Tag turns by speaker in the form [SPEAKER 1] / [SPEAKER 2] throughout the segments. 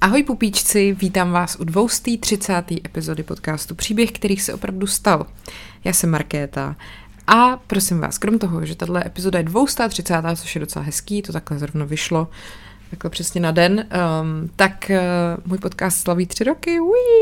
[SPEAKER 1] Ahoj pupíčci, vítám vás u 230. epizody podcastu Příběh, který se opravdu stal. Já jsem Markéta a prosím vás, krom toho, že tato epizoda je 230., což je docela hezký, to takhle zrovna vyšlo, takhle přesně na den, tak můj podcast slaví 3 roky,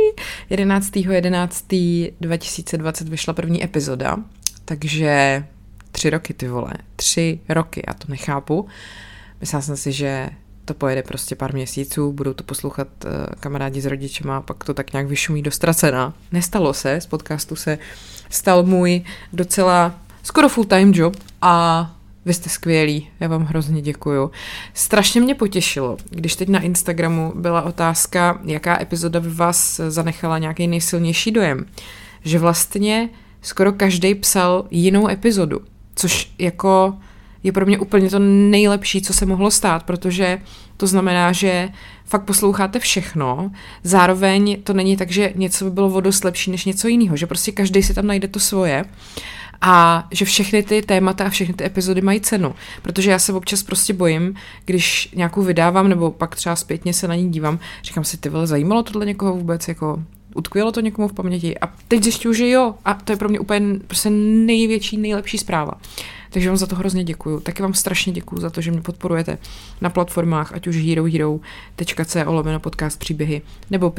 [SPEAKER 1] 11.11.2020 vyšla první epizoda, takže 3 roky, ty vole, 3 roky, já to nechápu. Myslela jsem si, že to pojede prostě pár měsíců, budou to poslouchat kamarádi s rodičema a pak to tak nějak vyšumí do ztracena. Nestalo se, z podcastu se stal můj docela skoro full-time job a vy jste skvělí, já vám hrozně děkuju. Strašně mě potěšilo, když teď na Instagramu byla otázka, jaká epizoda by vás zanechala nějaký nejsilnější dojem, že vlastně skoro každý psal jinou epizodu, což jako je pro mě úplně to nejlepší, co se mohlo stát, protože to znamená, že fakt posloucháte všechno, zároveň to není tak, že něco by bylo o dost lepší než něco jiného, že prostě každý si tam najde to svoje a že všechny ty témata a všechny ty epizody mají cenu, protože já se občas prostě bojím, když nějakou vydávám nebo pak třeba zpětně se na ní dívám, říkám si, ty vole, zajímalo tohle někoho vůbec, jako utkvělo to někomu v paměti a teď zjišťuju, že jo a to je pro mě úplně prostě nejlepší zpráva. Takže vám za to hrozně děkuju. Taky vám strašně děkuju za to, že mě podporujete na platformách, ať už herohero.co/podcast příběhy nebo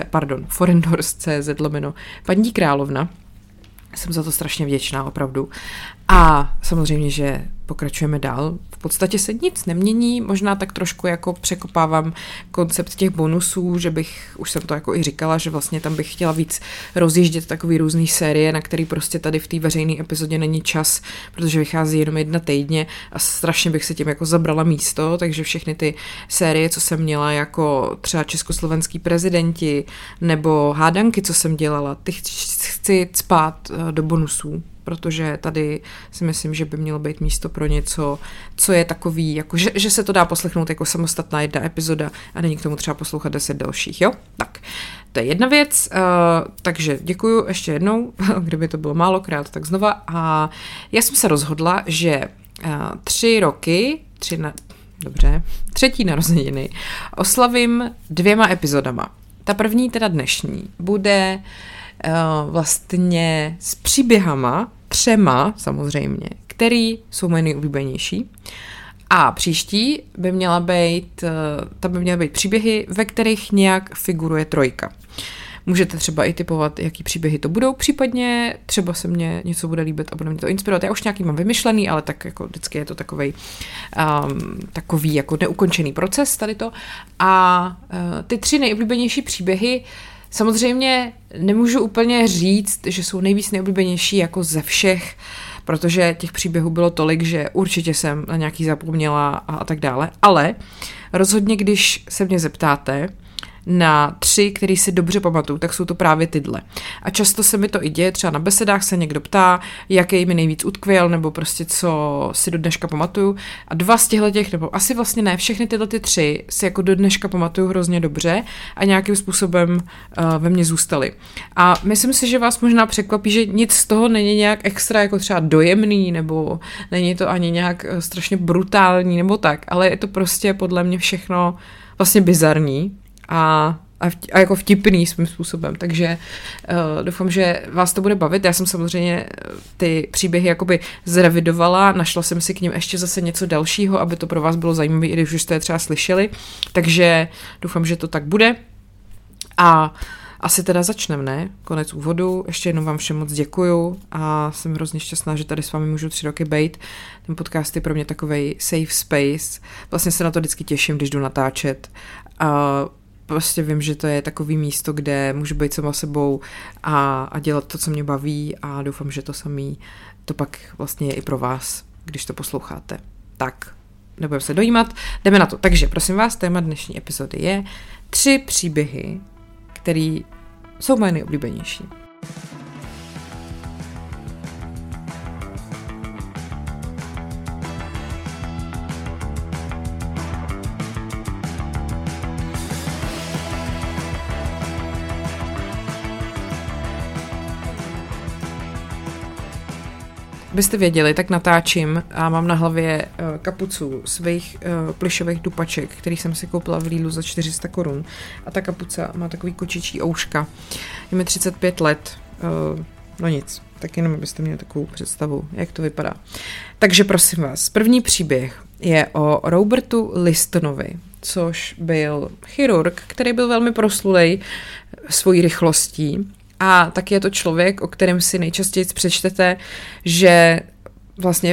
[SPEAKER 1] forendors.cz/ paní Královna. Jsem za to strašně vděčná, opravdu. A samozřejmě, že pokračujeme dál. V podstatě se nic nemění, možná tak trošku jako překopávám koncept těch bonusů, že bych, už jsem to jako i říkala, že vlastně tam bych chtěla víc rozjíždět takový různý série, na který prostě tady v té veřejné epizodě není čas, protože vychází jenom 1 týdně a strašně bych se tím jako zabrala místo, takže všechny ty série, co jsem měla jako třeba československý prezidenti nebo hádanky, co jsem dělala, ty chci cpát do bonusů, protože tady si myslím, že by mělo být místo pro něco, co je takový, jako, že se to dá poslechnout jako samostatná 1 epizoda a není k tomu třeba poslouchat 10 dalších, jo? Tak, to je jedna věc, takže děkuju ještě jednou, kdyby to bylo málokrát, tak znova a já jsem se rozhodla, že 3 roky, třetí narozeniny oslavím 2 epizodama. Ta první, teda dnešní, bude vlastně s příběhama, 3 samozřejmě, který jsou moje nejoblíbenější. A příští by měla být, tam by měly být příběhy, ve kterých nějak figuruje 3. Můžete třeba i typovat, jaký příběhy to budou, případně třeba se mně něco bude líbit a bude mě to inspirovat. Já už nějaký mám vymyšlený, ale tak jako vždycky je to takový jako neukončený proces tady to. A ty 3 nejoblíbenější příběhy samozřejmě nemůžu úplně říct, že jsou nejvíc nejoblíbenější jako ze všech, protože těch příběhů bylo tolik, že určitě jsem na nějaký zapomněla a tak dále, ale rozhodně, když se mě zeptáte na 3, který si dobře pamatuju, tak jsou to právě tyhle. A často se mi to i děje, třeba na besedách se někdo ptá, jaký mi nejvíc utkvěl, nebo prostě co si do dneška pamatuju. A 2 z těchto, nebo asi vlastně ne, všechny tyhle 3 si jako do dneška pamatuju hrozně dobře a nějakým způsobem ve mně zůstaly. A myslím si, že vás možná překvapí, že nic z toho není nějak extra jako třeba dojemný, nebo není to ani nějak strašně brutální, nebo tak, ale je to prostě podle mě všechno vlastně bizarní. A jako vtipný svým způsobem, takže doufám, že vás to bude bavit. Já jsem samozřejmě ty příběhy jakoby zrevidovala, našla jsem si k nim ještě zase něco dalšího, aby to pro vás bylo zajímavé, i když už jste je třeba slyšeli, takže doufám, že to tak bude a asi teda začneme, ne? Konec úvodu, ještě jednou vám všem moc děkuju a jsem hrozně šťastná, že tady s vámi můžu 3 roky bejt. Ten podcast je pro mě takovej safe space, vlastně se na to vždycky těším, když jdu natáčet a prostě vím, že to je takový místo, kde můžu být sama sebou a dělat to, co mě baví a doufám, že to samý to pak vlastně je i pro vás, když to posloucháte. Tak, nebudeme se dojímat, jdeme na to. Takže prosím vás, téma dnešní epizody je 3 příběhy, které jsou moje nejoblíbenější. byste věděli, tak natáčím a mám na hlavě kapucu svých plišových dupaček, který jsem si koupila v Lidlu za 400 korun. A ta kapuca má takový kočičí ouška. Je mi 35 let. No nic, tak jenom abyste měli takovou představu, jak to vypadá. Takže prosím vás, první příběh je o Robertu Listonovi, což byl chirurg, který byl velmi proslulej svojí rychlostí. A taky je to člověk, o kterém si nejčastěji přečtete, že vlastně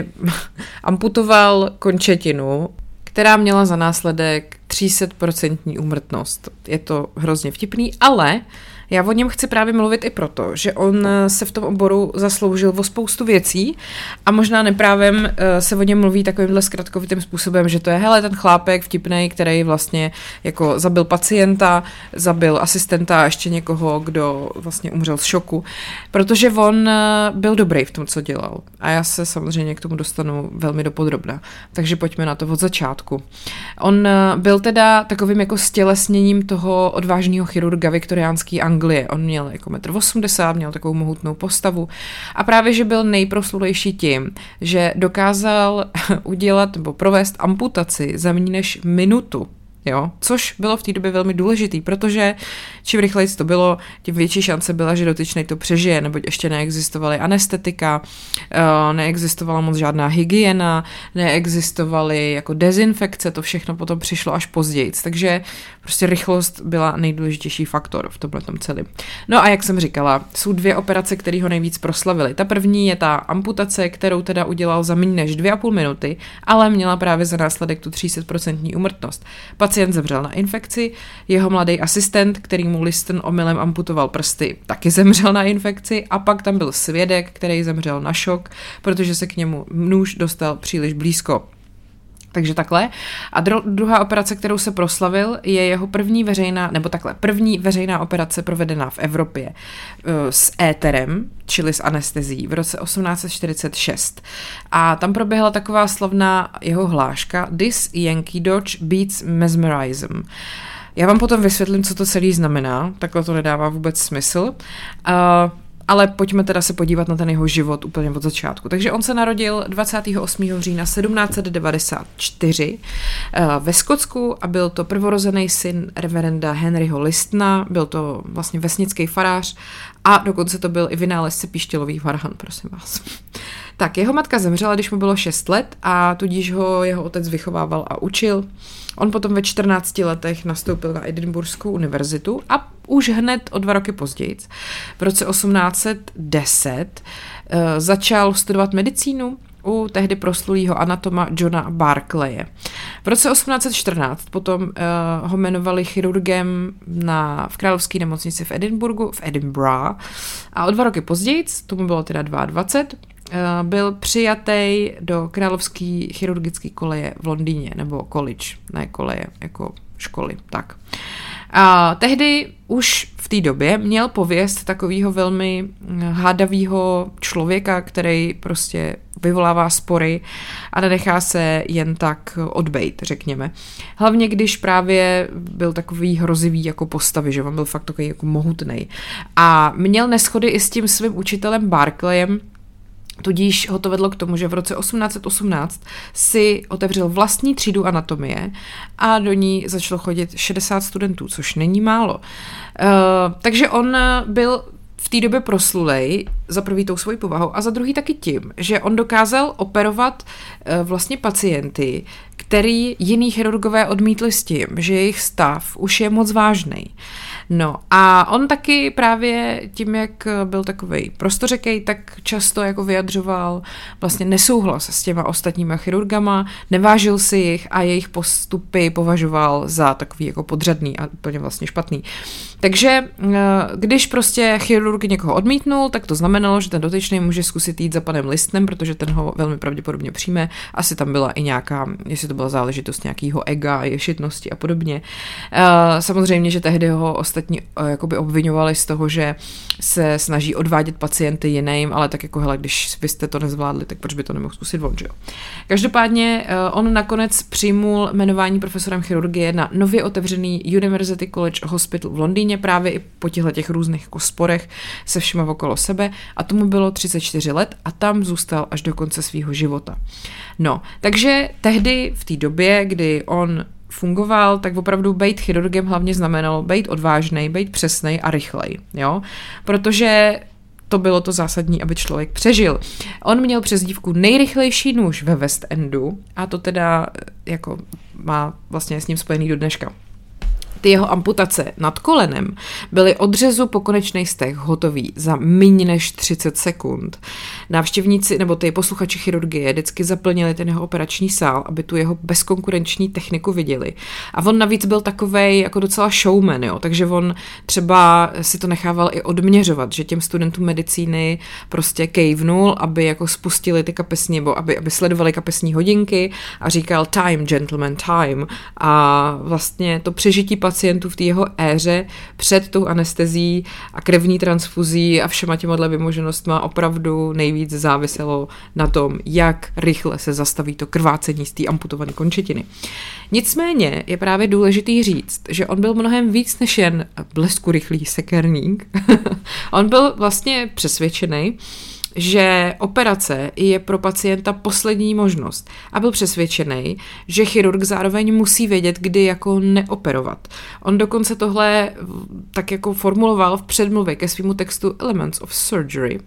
[SPEAKER 1] amputoval končetinu, která měla za následek 300% úmrtnost. Je to hrozně vtipný, ale já o něm chci právě mluvit i proto, že on se v tom oboru zasloužil o spoustu věcí a možná neprávem se o něm mluví takovýmhle zkratkovitým způsobem, že to je hele ten chlápek vtipnej, který vlastně jako zabil pacienta, zabil asistenta a ještě někoho, kdo vlastně umřel z šoku, protože on byl dobrý v tom, co dělal. A já se samozřejmě k tomu dostanu velmi dopodrobna. Takže pojďme na to od začátku. On byl teda takovým jako stělesněním toho odvážného chirurga viktoriánský Anglie. On měl jako 1,80 m, měl takovou mohutnou postavu a právě, že byl nejproslulejší tím, že dokázal udělat nebo provést amputaci za méně než minutu. Jo? Což bylo v té době velmi důležitý, protože čím rychleji to bylo, tím větší šance byla, že dotyčnej to přežije, neboť ještě neexistovaly anestetika, neexistovala moc žádná hygiena, neexistovaly jako dezinfekce, to všechno potom přišlo až později. Takže prostě rychlost byla nejdůležitější faktor v tomhletom celém. No a jak jsem říkala, jsou dvě operace, které ho nejvíc proslavily. Ta první je ta amputace, kterou teda udělal za méně než 2,5 minuty, ale měla právě za následek tu 300% úmrtnost. Pacient zemřel na infekci, jeho mladý asistent, který mu Liston omylem amputoval prsty, taky zemřel na infekci a pak tam byl svědek, který zemřel na šok, protože se k němu nůž dostal příliš blízko. Takže takhle. A druhá operace, kterou se proslavil, je jeho první veřejná operace provedená v Evropě s éterem, čili s anestezií v roce 1846. A tam proběhla taková slavná jeho hláška This Yankee Dodge beats mesmerism. Já vám potom vysvětlím, co to celý znamená, takhle to nedává vůbec smysl. Ale pojďme teda se podívat na ten jeho život úplně od začátku. Takže on se narodil 28. října 1794 ve Skotsku a byl to prvorozený syn reverenda Henryho Listona, byl to vlastně vesnický farář a dokonce to byl i vynálezce píštělových varhan, prosím vás. Tak, jeho matka zemřela, když mu bylo 6 let a tudíž ho jeho otec vychovával a učil. On potom ve 14 letech nastoupil na Edinburghskou univerzitu a už hned o 2 roky později, v roce 1810, začal studovat medicínu u tehdy proslulého anatoma Johna Barclaye. V roce 1814 potom ho jmenovali chirurgem v královské nemocnici v Edinburghu a o 2 roky později, tomu bylo teda 22, byl přijatý do královské chirurgické koleje v Londýně, nebo college, ne koleje, jako školy, tak. A tehdy už v té době měl pověst takového velmi hádavého člověka, který prostě vyvolává spory a nenechá se jen tak odbejt, řekněme. Hlavně, když právě byl takový hrozivý jako postavy, že on byl fakt takový jako mohutnej. A měl neschody i s tím svým učitelem Barclayem, tudíž ho to vedlo k tomu, že v roce 1818 si otevřel vlastní třídu anatomie a do ní začalo chodit 60 studentů, což není málo. Takže on byl v té době proslulej, za prvý tou svojí povahou a za druhý taky tím, že on dokázal operovat vlastně pacienty, který jiný chirurgové odmítli s tím, že jejich stav už je moc vážnej. No a on taky právě tím, jak byl takovej prostořekej, tak často jako vyjadřoval vlastně nesouhlas s těma ostatníma chirurgama, nevážil si jich a jejich postupy považoval za takový jako podřadný a úplně vlastně špatný. Takže když prostě chirurg někoho odmítnul, tak to znamenalo, že ten dotyčný může zkusit jít za panem Listonem, protože ten ho velmi pravděpodobně přijme. Asi tam byla i nějaká, jestli to byla záležitost nějakého ega, ješitnosti a podobně. Samozřejmě, že tehdy ho ostatní jakoby obviňovali z toho, že se snaží odvádět pacienty jiným, ale tak jako hele, když vy jste to nezvládli, tak proč by to nemohl zkusit on, že jo? Každopádně on nakonec přijmul jmenování profesorem chirurgie na nově otevřený University College Hospital v Londýně právě i po těch různých jako sporech se všema okolo sebe a tomu bylo 34 let a tam zůstal až do konce svého života. No, takže tehdy v té době, kdy on fungoval, tak opravdu být chirurgem hlavně znamenalo být odvážnej, být přesnej a rychlej, jo, protože to bylo to zásadní, aby člověk přežil. On měl přezdívku nejrychlejší nůž ve West Endu a to teda jako má vlastně s ním spojený do dneška. Ty jeho amputace nad kolenem byly od řezu po konečný steh hotový za méně než 30 sekund. Návštěvníci nebo ty posluchači chirurgie vždycky zaplnili ten jeho operační sál, aby tu jeho bezkonkurenční techniku viděli. A on navíc byl takovej jako docela showman, jo, takže on třeba si to nechával i odměřovat, že těm studentům medicíny prostě kejvnul, aby jako spustili ty kapesní, nebo aby sledovali kapesní hodinky a říkal time, gentleman, time. A vlastně to přežití pacientů v té jeho éře před tou anestezí a krevní transfuzí a všema těmhle vymoženostma opravdu nejvíc záviselo na tom, jak rychle se zastaví to krvácení z té amputované končetiny. Nicméně je právě důležitý říct, že on byl mnohem víc než jen bleskurychlý sekerník. On byl vlastně přesvědčený, že operace je pro pacienta poslední možnost a byl přesvědčený, že chirurg zároveň musí vědět, kdy jako neoperovat. On dokonce tohle tak jako formuloval v předmluvě ke svému textu Elements of Surgery,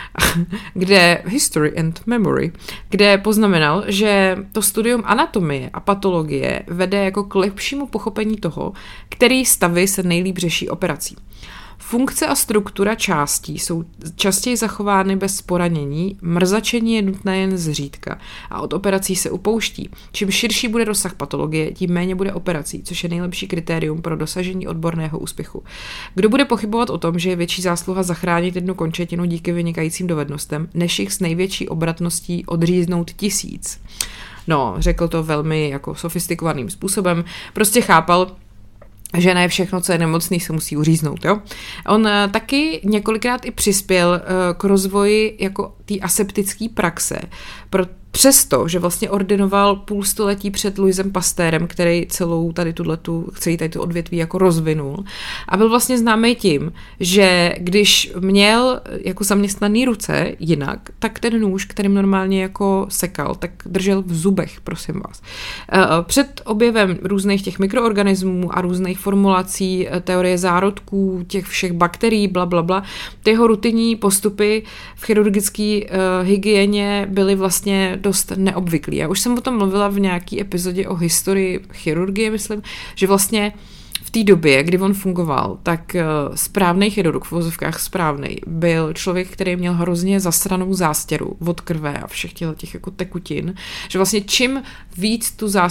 [SPEAKER 1] kde History and Memory, kde poznamenal, že to studium anatomie a patologie vede jako k lepšímu pochopení toho, který stavy se nejlíp řeší operací. Funkce a struktura částí jsou častěji zachovány bez poranění, mrzačení je nutné jen zřídka a od operací se upouští. Čím širší bude rozsah patologie, tím méně bude operací, což je nejlepší kritérium pro dosažení odborného úspěchu. Kdo bude pochybovat o tom, že je větší zásluha zachránit jednu končetinu díky vynikajícím dovednostem, než jich s největší obratností odříznout 1000? No, řekl to velmi jako sofistikovaným způsobem, prostě chápal, že ne všechno, co je nemocný, se musí uříznout. Jo? On taky několikrát i přispěl k rozvoji jako té aseptické praxe, přesto, že vlastně ordinoval půl století před Louisem Pasteurem, který celou tady tu odvětví jako rozvinul. A byl vlastně známý tím, že když měl jako zaměstnaný ruce jinak, tak ten nůž, kterým normálně jako sekal, tak držel v zubech, prosím vás. Před objevem různých těch mikroorganismů a různých formulací teorie zárodků, těch všech bakterií, blablabla, ty jeho rutinní postupy v chirurgické hygieně byly vlastně dost neobvyklý. Já už jsem o tom mluvila v nějaký epizodě o historii chirurgie, myslím, že vlastně v té době, kdy on fungoval, tak správný chirurg, v vozovkách správnej, byl člověk, který měl hrozně zasranou zástěru od krve a všech těch jako tekutin, že vlastně čím víc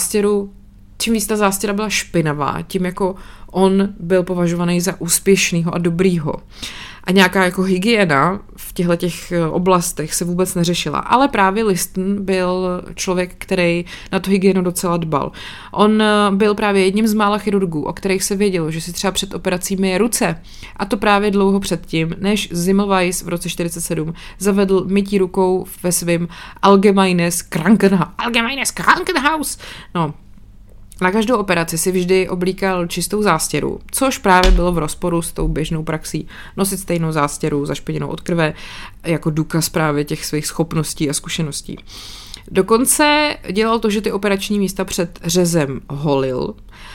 [SPEAKER 1] ta zástěra byla špinavá, tím jako on byl považovaný za úspěšnýho a dobrýho. A nějaká jako hygiena v těchto oblastech se vůbec neřešila. Ale právě Liston byl člověk, který na tu hygienu docela dbal. On byl právě jedním z mála chirurgů, o kterých se vědělo, že si třeba před operací myje ruce. A to právě dlouho předtím, než Semmelweis v roce 1947 zavedl mytí rukou ve svém Allgemeines Krankenhaus. No, na každou operaci si vždy oblíkal čistou zástěru, což právě bylo v rozporu s tou běžnou praxí nosit stejnou zástěru zašpiněnou od krve jako důkaz právě těch svých schopností a zkušeností. Dokonce dělal to, že ty operační místa před řezem holil.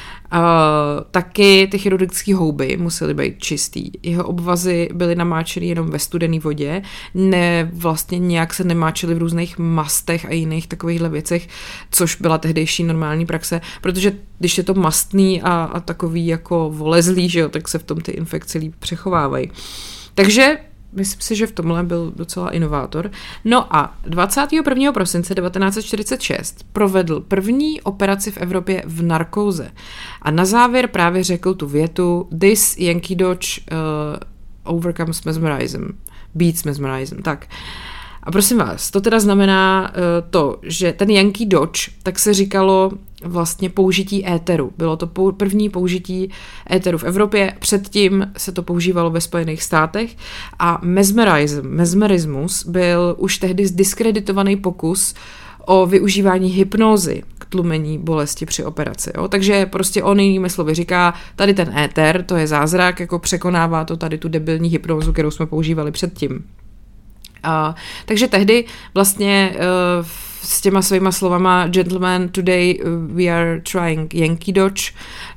[SPEAKER 1] Taky ty chirurgické houby musely být čistý. Jeho obvazy byly namáčeny jenom ve studené vodě, vlastně nějak se nemáčely v různých mastech a jiných takovýchhle věcech, což byla tehdejší normální praxe, protože když je to mastný a takový jako volezlý, že jo, tak se v tom ty infekce líp přechovávají. Takže myslím si, že v tomhle byl docela inovátor. No a 21. prosince 1946 provedl první operaci v Evropě v narkóze. A na závěr právě řekl tu větu This Yankee Dodge overcomes mesmerism. Beats mesmerism. Tak. A prosím vás, to teda znamená to, že ten Yankee Dodge, tak se říkalo vlastně použití éteru. Bylo to první použití éteru v Evropě, předtím se to používalo ve Spojených státech a mesmerismus byl už tehdy zdiskreditovaný pokus o využívání hypnózy k tlumení bolesti při operaci. Jo? Takže prostě on jinými slovy říká, tady ten éter, to je zázrak, jako překonává to tady tu debilní hypnózu, kterou jsme používali předtím. Takže tehdy vlastně s těma svýma slovama Gentlemen, today we are trying Yankee Dodge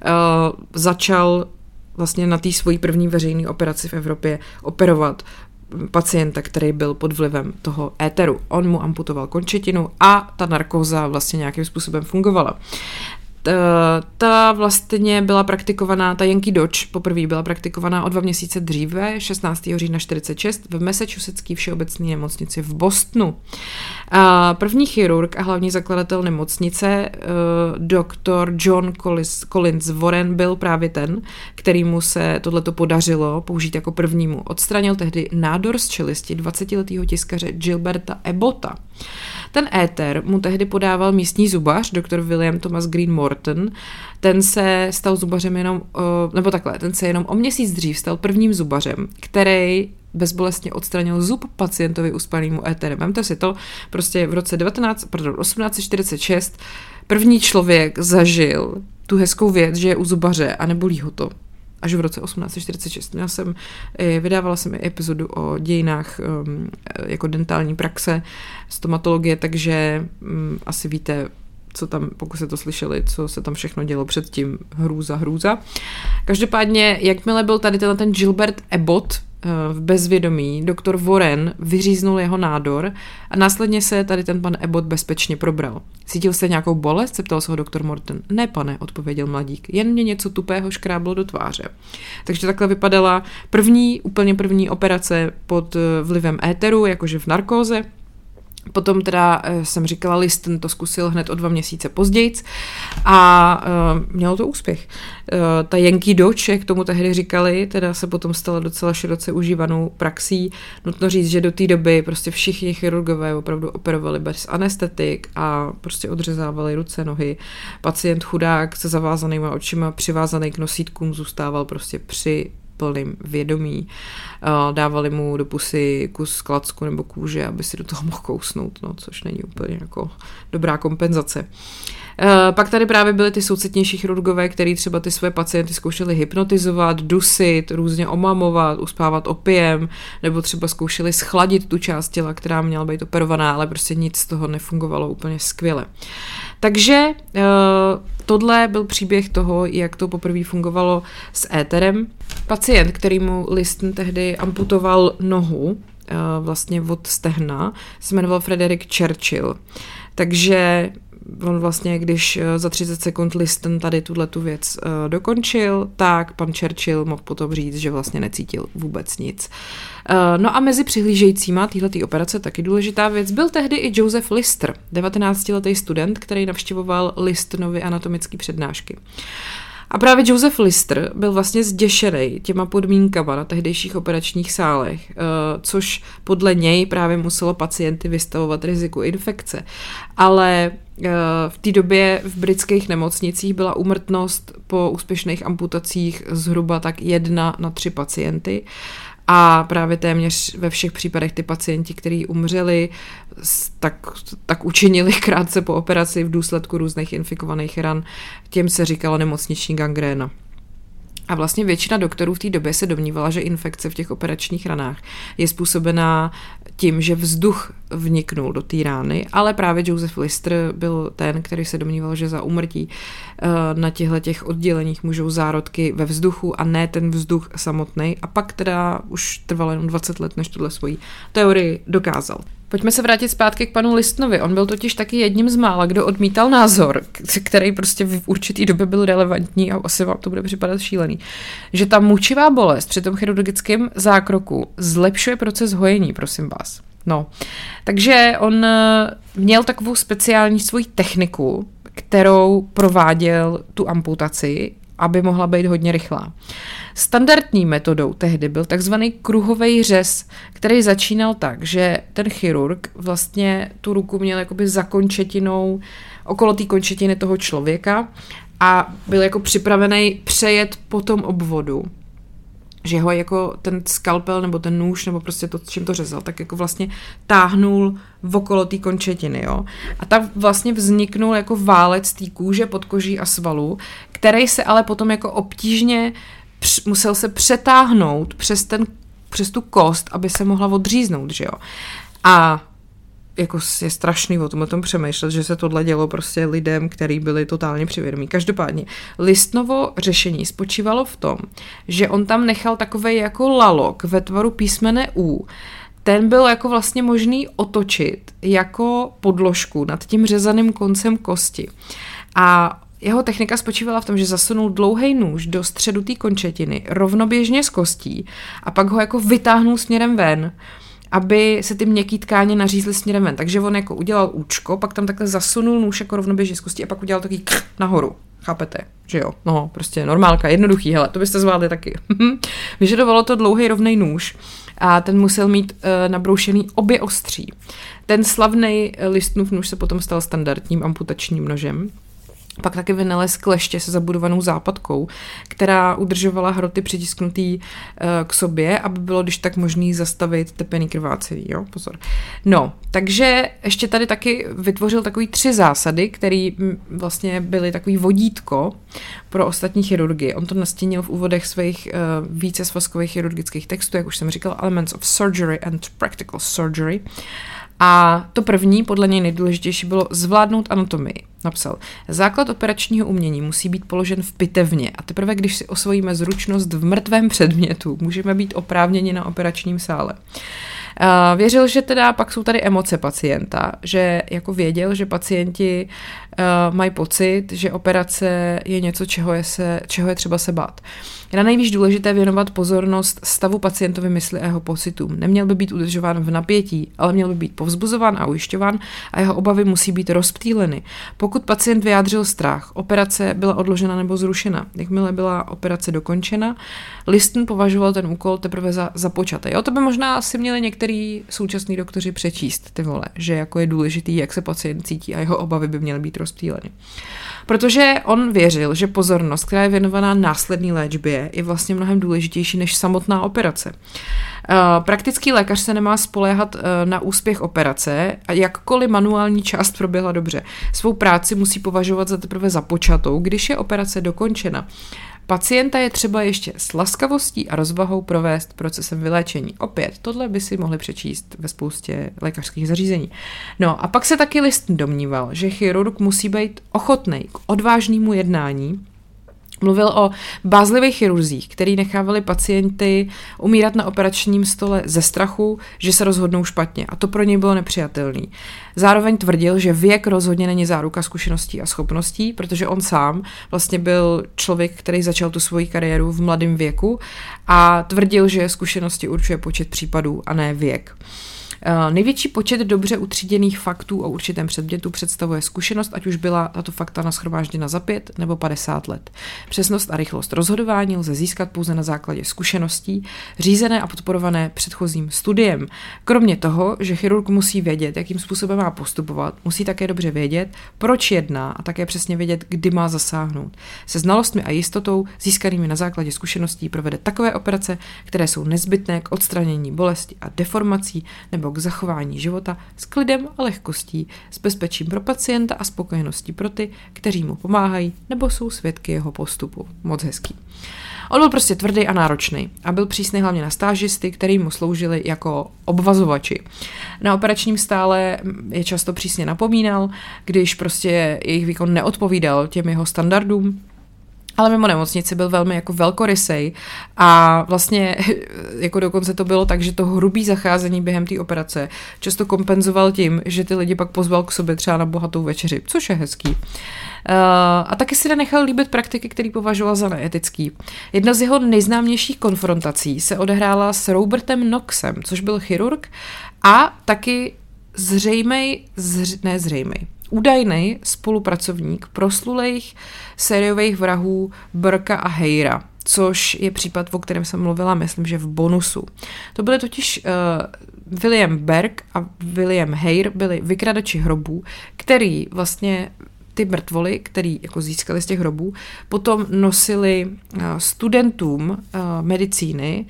[SPEAKER 1] začal vlastně na té svojí první veřejné operaci v Evropě operovat pacienta, který byl pod vlivem toho éteru. On mu amputoval končetinu a ta narkóza vlastně nějakým způsobem fungovala. Ta vlastně byla praktikovaná, ta Yankee Dodge poprvé byla praktikovaná o 2 měsíce dříve, 16. října 1946 v Massachusettské všeobecné nemocnici v Bostonu. První chirurg a hlavní zakladatel nemocnice, doktor John Collins Warren, byl právě ten, kterýmu se tohleto podařilo použít jako prvnímu. Odstranil tehdy nádor z čelisti 20letého tiskaře Gilberta Abbotta. Ten éter mu tehdy podával místní zubař, doktor William Thomas Green Morton. Ten se stal zubařem ten se jenom o měsíc dřív stal prvním zubařem, který bezbolestně odstranil zub pacientovi uspanému éterem. Vemte si to, prostě v roce 1846 první člověk zažil tu hezkou věc, že je u zubaře a nebolí ho to. Až v roce 1846. Vydávala jsem i epizodu o dějinách jako dentální praxe, stomatologie, takže asi víte, co tam, pokud jste to slyšeli, co se tam všechno dělo předtím, hrůza. Každopádně, jakmile byl tady ten Gilbert Abbott v bezvědomí, doktor Warren vyříznul jeho nádor a následně se tady ten pan Abbott bezpečně probral. Cítil jste nějakou bolest? Zeptal se ho doktor Morton. Ne, pane, odpověděl mladík, jen mě něco tupého škráblo do tváře. Takže takhle vypadala úplně první operace pod vlivem éteru, jakože v narkóze. Potom teda jsem říkala, Liston to zkusil hned o 2 měsíce později a mělo to úspěch. Ta Yankee Dodge, jak tomu tehdy říkali, teda se potom stala docela široce užívanou praxí. Nutno říct, že do té doby prostě všichni chirurgové opravdu operovali bez anestetik a prostě odřezávali ruce, nohy. Pacient chudák se zavázanýma očima, přivázaný k nosítkům, zůstával prostě při plným vědomí. Dávali mu do pusy kus klacku nebo kůže, aby si do toho mohl kousnout, což není úplně jako dobrá kompenzace. Pak tady právě byly ty soucitnější chirurgové, který třeba ty své pacienty zkoušeli hypnotizovat, dusit, různě omamovat, uspávat opiem, nebo třeba zkoušeli schladit tu část těla, která měla být operovaná, ale prostě nic z toho nefungovalo úplně skvěle. Takže tohle byl příběh toho, jak to poprvé fungovalo s éterem. Pacient, kterýmu Liston tehdy amputoval nohu, vlastně od stehna, se jmenoval Frederick Churchill. Takže on vlastně, když za 30 sekund Liston tady tu věc dokončil, tak pan Churchill mohl potom říct, že vlastně necítil vůbec nic. No a mezi přihlížejícíma téhletý operace taky důležitá věc byl tehdy i Joseph Lister, 19letý student, který navštěvoval Listonovy anatomické přednášky. A právě Joseph Lister byl vlastně zděšený těma podmínkama na tehdejších operačních sálech, což podle něj právě muselo pacienty vystavovat riziku infekce. Ale v té době v britských nemocnicích byla úmrtnost po úspěšných amputacích zhruba tak 1 na 3 pacienty. A právě téměř ve všech případech ty pacienti, kteří umřeli, tak učinili krátce po operaci v důsledku různých infikovaných ran. Těm se říkalo nemocniční gangréna. A vlastně většina doktorů v té době se domnívala, že infekce v těch operačních ranách je způsobená tím, že vzduch vniknul do té rány, ale právě Joseph Lister byl ten, který se domníval, že za úmrtí na těch odděleních můžou zárodky ve vzduchu a ne ten vzduch samotný. A pak teda už trvalo jenom 20 let, než tuhle svoji teorii dokázal. Pojďme se vrátit zpátky k panu Listonovi. On byl totiž taky jedním z mála, kdo odmítal názor, který prostě v určitý době byl relevantní a asi vám to bude připadat šílený, že ta mučivá bolest při tom chirurgickém zákroku zlepšuje proces hojení, prosím vás. No, takže on měl takovou speciální svoji techniku, kterou prováděl tu amputaci, aby mohla být hodně rychlá. Standardní metodou tehdy byl takzvaný kruhový řez, který začínal tak, že ten chirurg vlastně tu ruku měl jakoby za končetinou, okolo té končetiny toho člověka a byl jako připravený přejet po tom obvodu že ho jako ten skalpel nebo ten nůž nebo prostě to, čím to řezal, tak jako vlastně táhnul okolo té končetiny, jo. A tak vlastně vzniknul jako válec té kůže, podkoží a svalu, který se ale potom jako obtížně musel se přetáhnout přes tu kost, aby se mohla odříznout, že jo. A jako je strašný o tom přemýšlet, že se tohle dělo prostě lidem, kteří byli totálně přivědomí. Každopádně Listnovo řešení spočívalo v tom, že on tam nechal takovej jako lalok ve tvaru písmene U. Ten byl jako vlastně možný otočit jako podložku nad tím řezaným koncem kosti. A jeho technika spočívala v tom, že zasunul dlouhý nůž do středu té končetiny rovnoběžně s kostí a pak ho jako vytáhnul směrem ven, aby se ty měkký tkáně nařízly směrem ven. Takže on jako udělal účko, pak tam takhle zasunul nůž jako rovnoběžně z kostí a pak udělal takový nahoru. Chápete? Že jo? No, prostě normálka, jednoduchý, hele, to byste zvládli taky. Vyžadovalo to dlouhý rovnej nůž a ten musel mít nabroušený obě ostří. Ten slavný Listnův nůž se potom stal standardním amputačním nožem. Pak taky vynalez kleště se zabudovanou západkou, která udržovala hroty přitisknutý k sobě, aby bylo když tak možný zastavit tepený krvácení, jo, pozor. No, takže ještě tady taky vytvořil takový 3 zásady, které vlastně byly takový vodítko pro ostatní chirurgy. On to nastínil v úvodech svých více svazkových chirurgických textů, jak už jsem říkala, Elements of Surgery and Practical Surgery. A to první, podle něj nejdůležitější, bylo zvládnout anatomii. Napsal, základ operačního umění musí být položen v pitevně a teprve, když si osvojíme zručnost v mrtvém předmětu, můžeme být oprávněni na operačním sále. Věřil, že teda pak jsou tady emoce pacienta, že jako věděl, že pacienti mají pocit, že operace je něco, čeho je třeba se bát. Je na nejvíc důležité věnovat pozornost stavu pacientovi mysli a jeho pocitům. Neměl by být udržován v napětí, ale měl by být povzbuzován a ujišťován a jeho obavy musí být rozptýleny. Pokud pacient vyjádřil strach, operace byla odložena nebo zrušena. Jakmile byla operace dokončena, Liston považoval ten úkol teprve za započatý. Jo, to by možná asi měli některý současní doktoři přečíst, ty vole, že jako je důležitý, jak se pacient cítí a jeho obavy by měly být rozptýleny. Protože on věřil, že pozornost, která je věnovaná následné léčbě, je vlastně mnohem důležitější než samotná operace. Praktický lékař se nemá spoléhat na úspěch operace a jakkoliv manuální část proběhla dobře. Svou práci musí považovat za teprve započatou, když je operace dokončena. Pacienta je třeba ještě s laskavostí a rozvahou provést procesem vyléčení. Opět, tohle by si mohli přečíst ve spoustě lékařských zařízení. No a pak se taky Liston domníval, že chirurg musí být ochotný k odvážnému jednání. Mluvil o bázlivých chirurzích, který nechávali pacienty umírat na operačním stole ze strachu, že se rozhodnou špatně a to pro něj bylo nepřijatelný. Zároveň tvrdil, že věk rozhodně není záruka zkušeností a schopností, protože on sám vlastně byl člověk, který začal tu svoji kariéru v mladém věku a tvrdil, že zkušenosti určuje počet případů a ne věk. Největší počet dobře utříděných faktů o určitém předmětu představuje zkušenost, ať už byla tato fakta nashromážděna za 5 nebo 50 let. Přesnost a rychlost rozhodování lze získat pouze na základě zkušeností, řízené a podporované předchozím studiem. Kromě toho, že chirurg musí vědět, jakým způsobem má postupovat, musí také dobře vědět, proč jedná a také přesně vědět, kdy má zasáhnout. Se znalostmi a jistotou získanými na základě zkušeností provede takové operace, které jsou nezbytné k odstranění bolesti a deformací nebo k zachování života s klidem a lehkostí, s bezpečím pro pacienta a spokojeností pro ty, kteří mu pomáhají nebo jsou svědky jeho postupu. Moc hezký. On byl prostě tvrdý a náročný a byl přísný hlavně na stážisty, který mu sloužili jako obvazovači. Na operačním stále je často přísně napomínal, když prostě jejich výkon neodpovídal těm jeho standardům. Ale mimo nemocnici byl velmi jako velkorysej a vlastně jako dokonce to bylo tak, že to hrubý zacházení během té operace často kompenzoval tím, že ty lidi pak pozval k sobě třeba na bohatou večeři, což je hezký. A taky si nenechal líbit praktiky, který považoval za neetický. Jedna z jeho nejznámějších konfrontací se odehrála s Robertem Knoxem, což byl chirurg a taky údajný spolupracovník proslulých sériových vrahů Burka a Hayera, což je případ, o kterém jsem mluvila, myslím, že v bonusu. To byly totiž William Berg a William Hayr byli vykradači hrobů, který vlastně ty mrtvoly, který jako získali z těch hrobů, potom nosili studentům medicíny,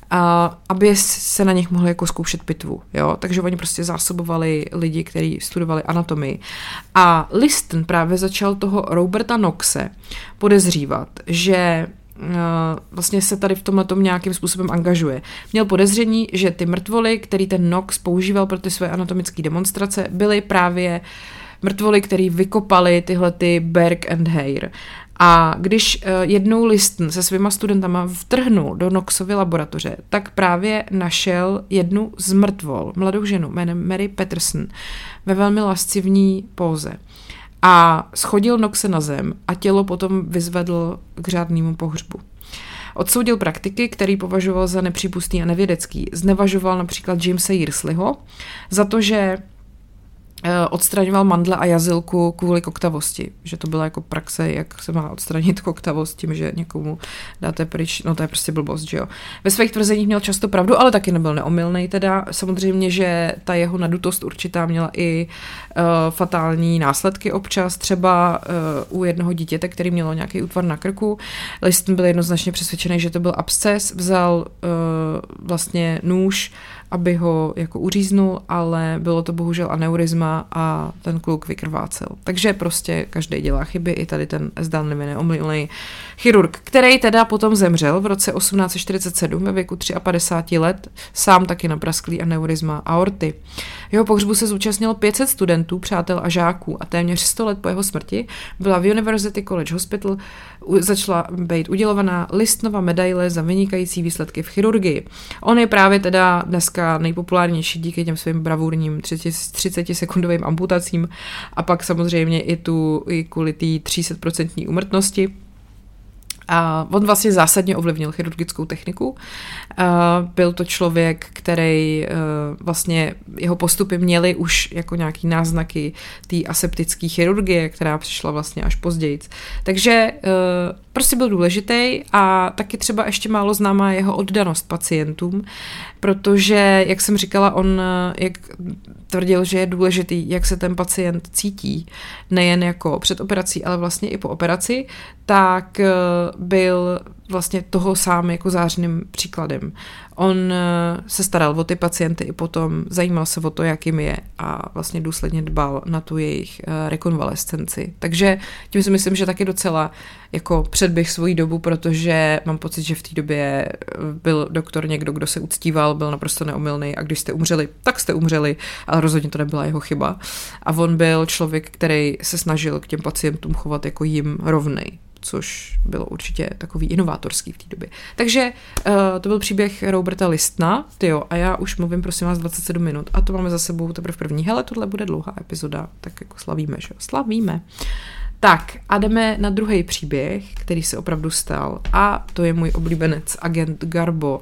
[SPEAKER 1] aby se na nich mohli jako zkoušet pitvu. Jo? Takže oni prostě zásobovali lidi, kteří studovali anatomii. A Liston právě začal toho Roberta Knoxe podezřívat, že vlastně se tady v tomhletom nějakým způsobem angažuje. Měl podezření, že ty mrtvoly, který ten Knox používal pro ty své anatomické demonstrace, byly právě mrtvoly, který vykopali tyhle ty Berg and Hare. A když jednou Liston se svýma studentama vtrhnul do Knoxovy laboratoře, tak právě našel jednu z mrtvol, mladou ženu jménem Mary Patterson, ve velmi lascivní póze. A schodil Knoxe na zem a tělo potom vyzvedl k řádnému pohřbu. Odsoudil praktiky, který považoval za nepřípustný a nevědecký. Znevažoval například Jamesa Yearsleyho za to, že odstraňoval mandle a jazylku kvůli koktavosti, že to byla jako praxe, jak se má odstranit koktavost tím, že někomu dáte pryč, no to je prostě blbost, že jo. Ve svých tvrzeních měl často pravdu, ale taky nebyl neomylnej teda. Samozřejmě, že ta jeho nadutost určitá měla i fatální následky občas, třeba u jednoho dítěte, který mělo nějaký útvar na krku. Liston byl jednoznačně přesvědčený, že to byl absces, vzal vlastně nůž, aby ho jako uříznul, ale bylo to bohužel aneurizma a ten kluk vykrvácel. Takže prostě každý dělá chyby, i tady ten zdánlivě neomylný chirurg, který teda potom zemřel v roce 1847 ve věku 53 let, sám taky na prasklý aneurizma aorty. Jeho pohřbu se zúčastnilo 500 studentů, přátel a žáků a téměř 100 let po jeho smrti byla v University College Hospital začala být udělovaná Listonova medaile za vynikající výsledky v chirurgii. On je právě teda dneska nejpopulárnější díky těm svým bravurním 30-sekundovým amputacím a pak samozřejmě i kvůli té 300% úmrtnosti. A on vlastně zásadně ovlivnil chirurgickou techniku. Byl to člověk, který vlastně jeho postupy měly už jako nějaký náznaky té aseptické chirurgie, která přišla vlastně až později. Takže prostě byl důležitý a taky třeba ještě málo známá jeho oddanost pacientům, protože, jak jsem říkala, on jak tvrdil, že je důležitý, jak se ten pacient cítí, nejen jako před operací, ale vlastně i po operaci, tak byl vlastně toho sám jako zářným příkladem. On se staral o ty pacienty i potom, zajímal se o to, jak jim je a vlastně důsledně dbal na tu jejich rekonvalescenci. Takže tím si myslím, že taky docela jako předběh svojí dobu, protože mám pocit, že v té době byl doktor někdo, kdo se uctíval, byl naprosto neomylný a když jste umřeli, tak jste umřeli, ale rozhodně to nebyla jeho chyba. A on byl člověk, který se snažil k těm pacientům chovat jako jim rovnej, což bylo určitě takový inovátorský v té době. Takže to byl příběh Roberta Listona, tyjo, a já už mluvím, prosím vás, 27 minut a to máme za sebou teprve první. Hele, tohle bude dlouhá epizoda, tak jako slavíme, že jo? Slavíme. Tak a jdeme na druhý příběh, který se opravdu stal a to je můj oblíbenec, agent Garbo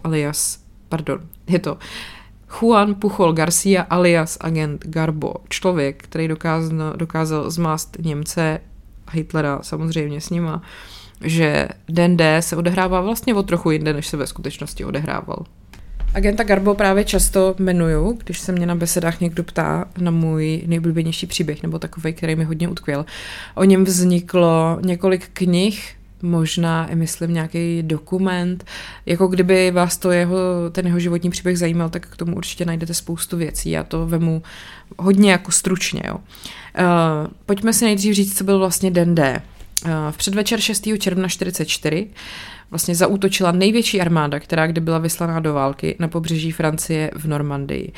[SPEAKER 1] je to Juan Pujol Garcia alias agent Garbo, člověk, který dokázal zmást Němce, Hitlera samozřejmě s nima, že Den D se odehrává vlastně o trochu jinde, než se ve skutečnosti odehrával. Agenta Garbo právě často jmenuju, když se mě na besedách někdo ptá na můj nejoblíbenější příběh, nebo takovej, který mi hodně utkvěl. O něm vzniklo několik knih, možná i myslím nějaký dokument, jako kdyby vás ten jeho životní příběh zajímal, tak k tomu určitě najdete spoustu věcí, já to vemu hodně jako stručně. Jo. Pojďme si nejdřív říct, co byl vlastně Den D. V předvečer 6. června 1944 vlastně zaútočila největší armáda, která kdy byla vyslaná do války na pobřeží Francie v Normandii.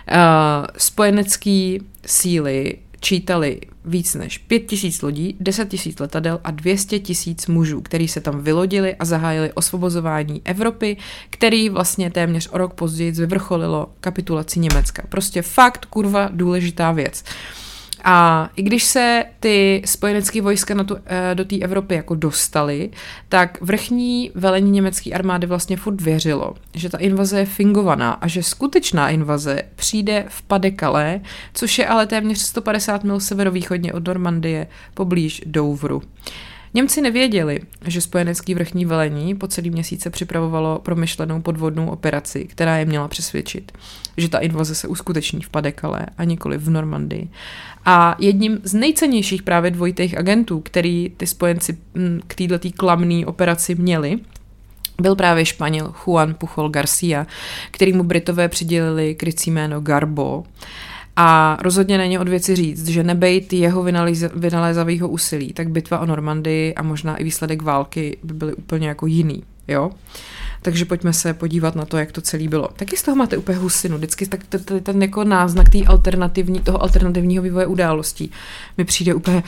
[SPEAKER 1] Spojenecké síly čítali víc než 5 000 lodí, 10 000 letadel a 200 000 mužů, kteří se tam vylodili a zahájili osvobozování Evropy, který vlastně téměř o rok později vyvrcholilo kapitulací Německa. Prostě fakt, kurva, důležitá věc. A i když se ty spojenecké vojska do té Evropy jako dostaly, tak vrchní velení německé armády vlastně furt věřilo, že ta invaze je fingovaná a že skutečná invaze přijde v Pas-de-Calais, což je ale téměř 150 mil severovýchodně od Normandie poblíž Douvru. Němci nevěděli, že spojenecký vrchní velení po celý měsíce připravovalo promyšlenou podvodnou operaci, která je měla přesvědčit, že ta invaze se uskuteční v Pas-de-Calais a nikoli v Normandii. A jedním z nejcennějších právě dvojitých agentů, který ty spojenci k této klamné operaci měli, byl právě Španěl Juan Pujol García, kterýmu Britové přidělili krycí jméno Garbo. A rozhodně není od věci říct, že nebejt jeho vynalézavého úsilí, tak bitva o Normandii a možná i výsledek války by byly úplně jako jiný, jo? Takže pojďme se podívat na to, jak to celé bylo. Taky z toho máte úplně husinu, vždycky tak ten jako náznak toho alternativního vývoje událostí mi přijde úplně...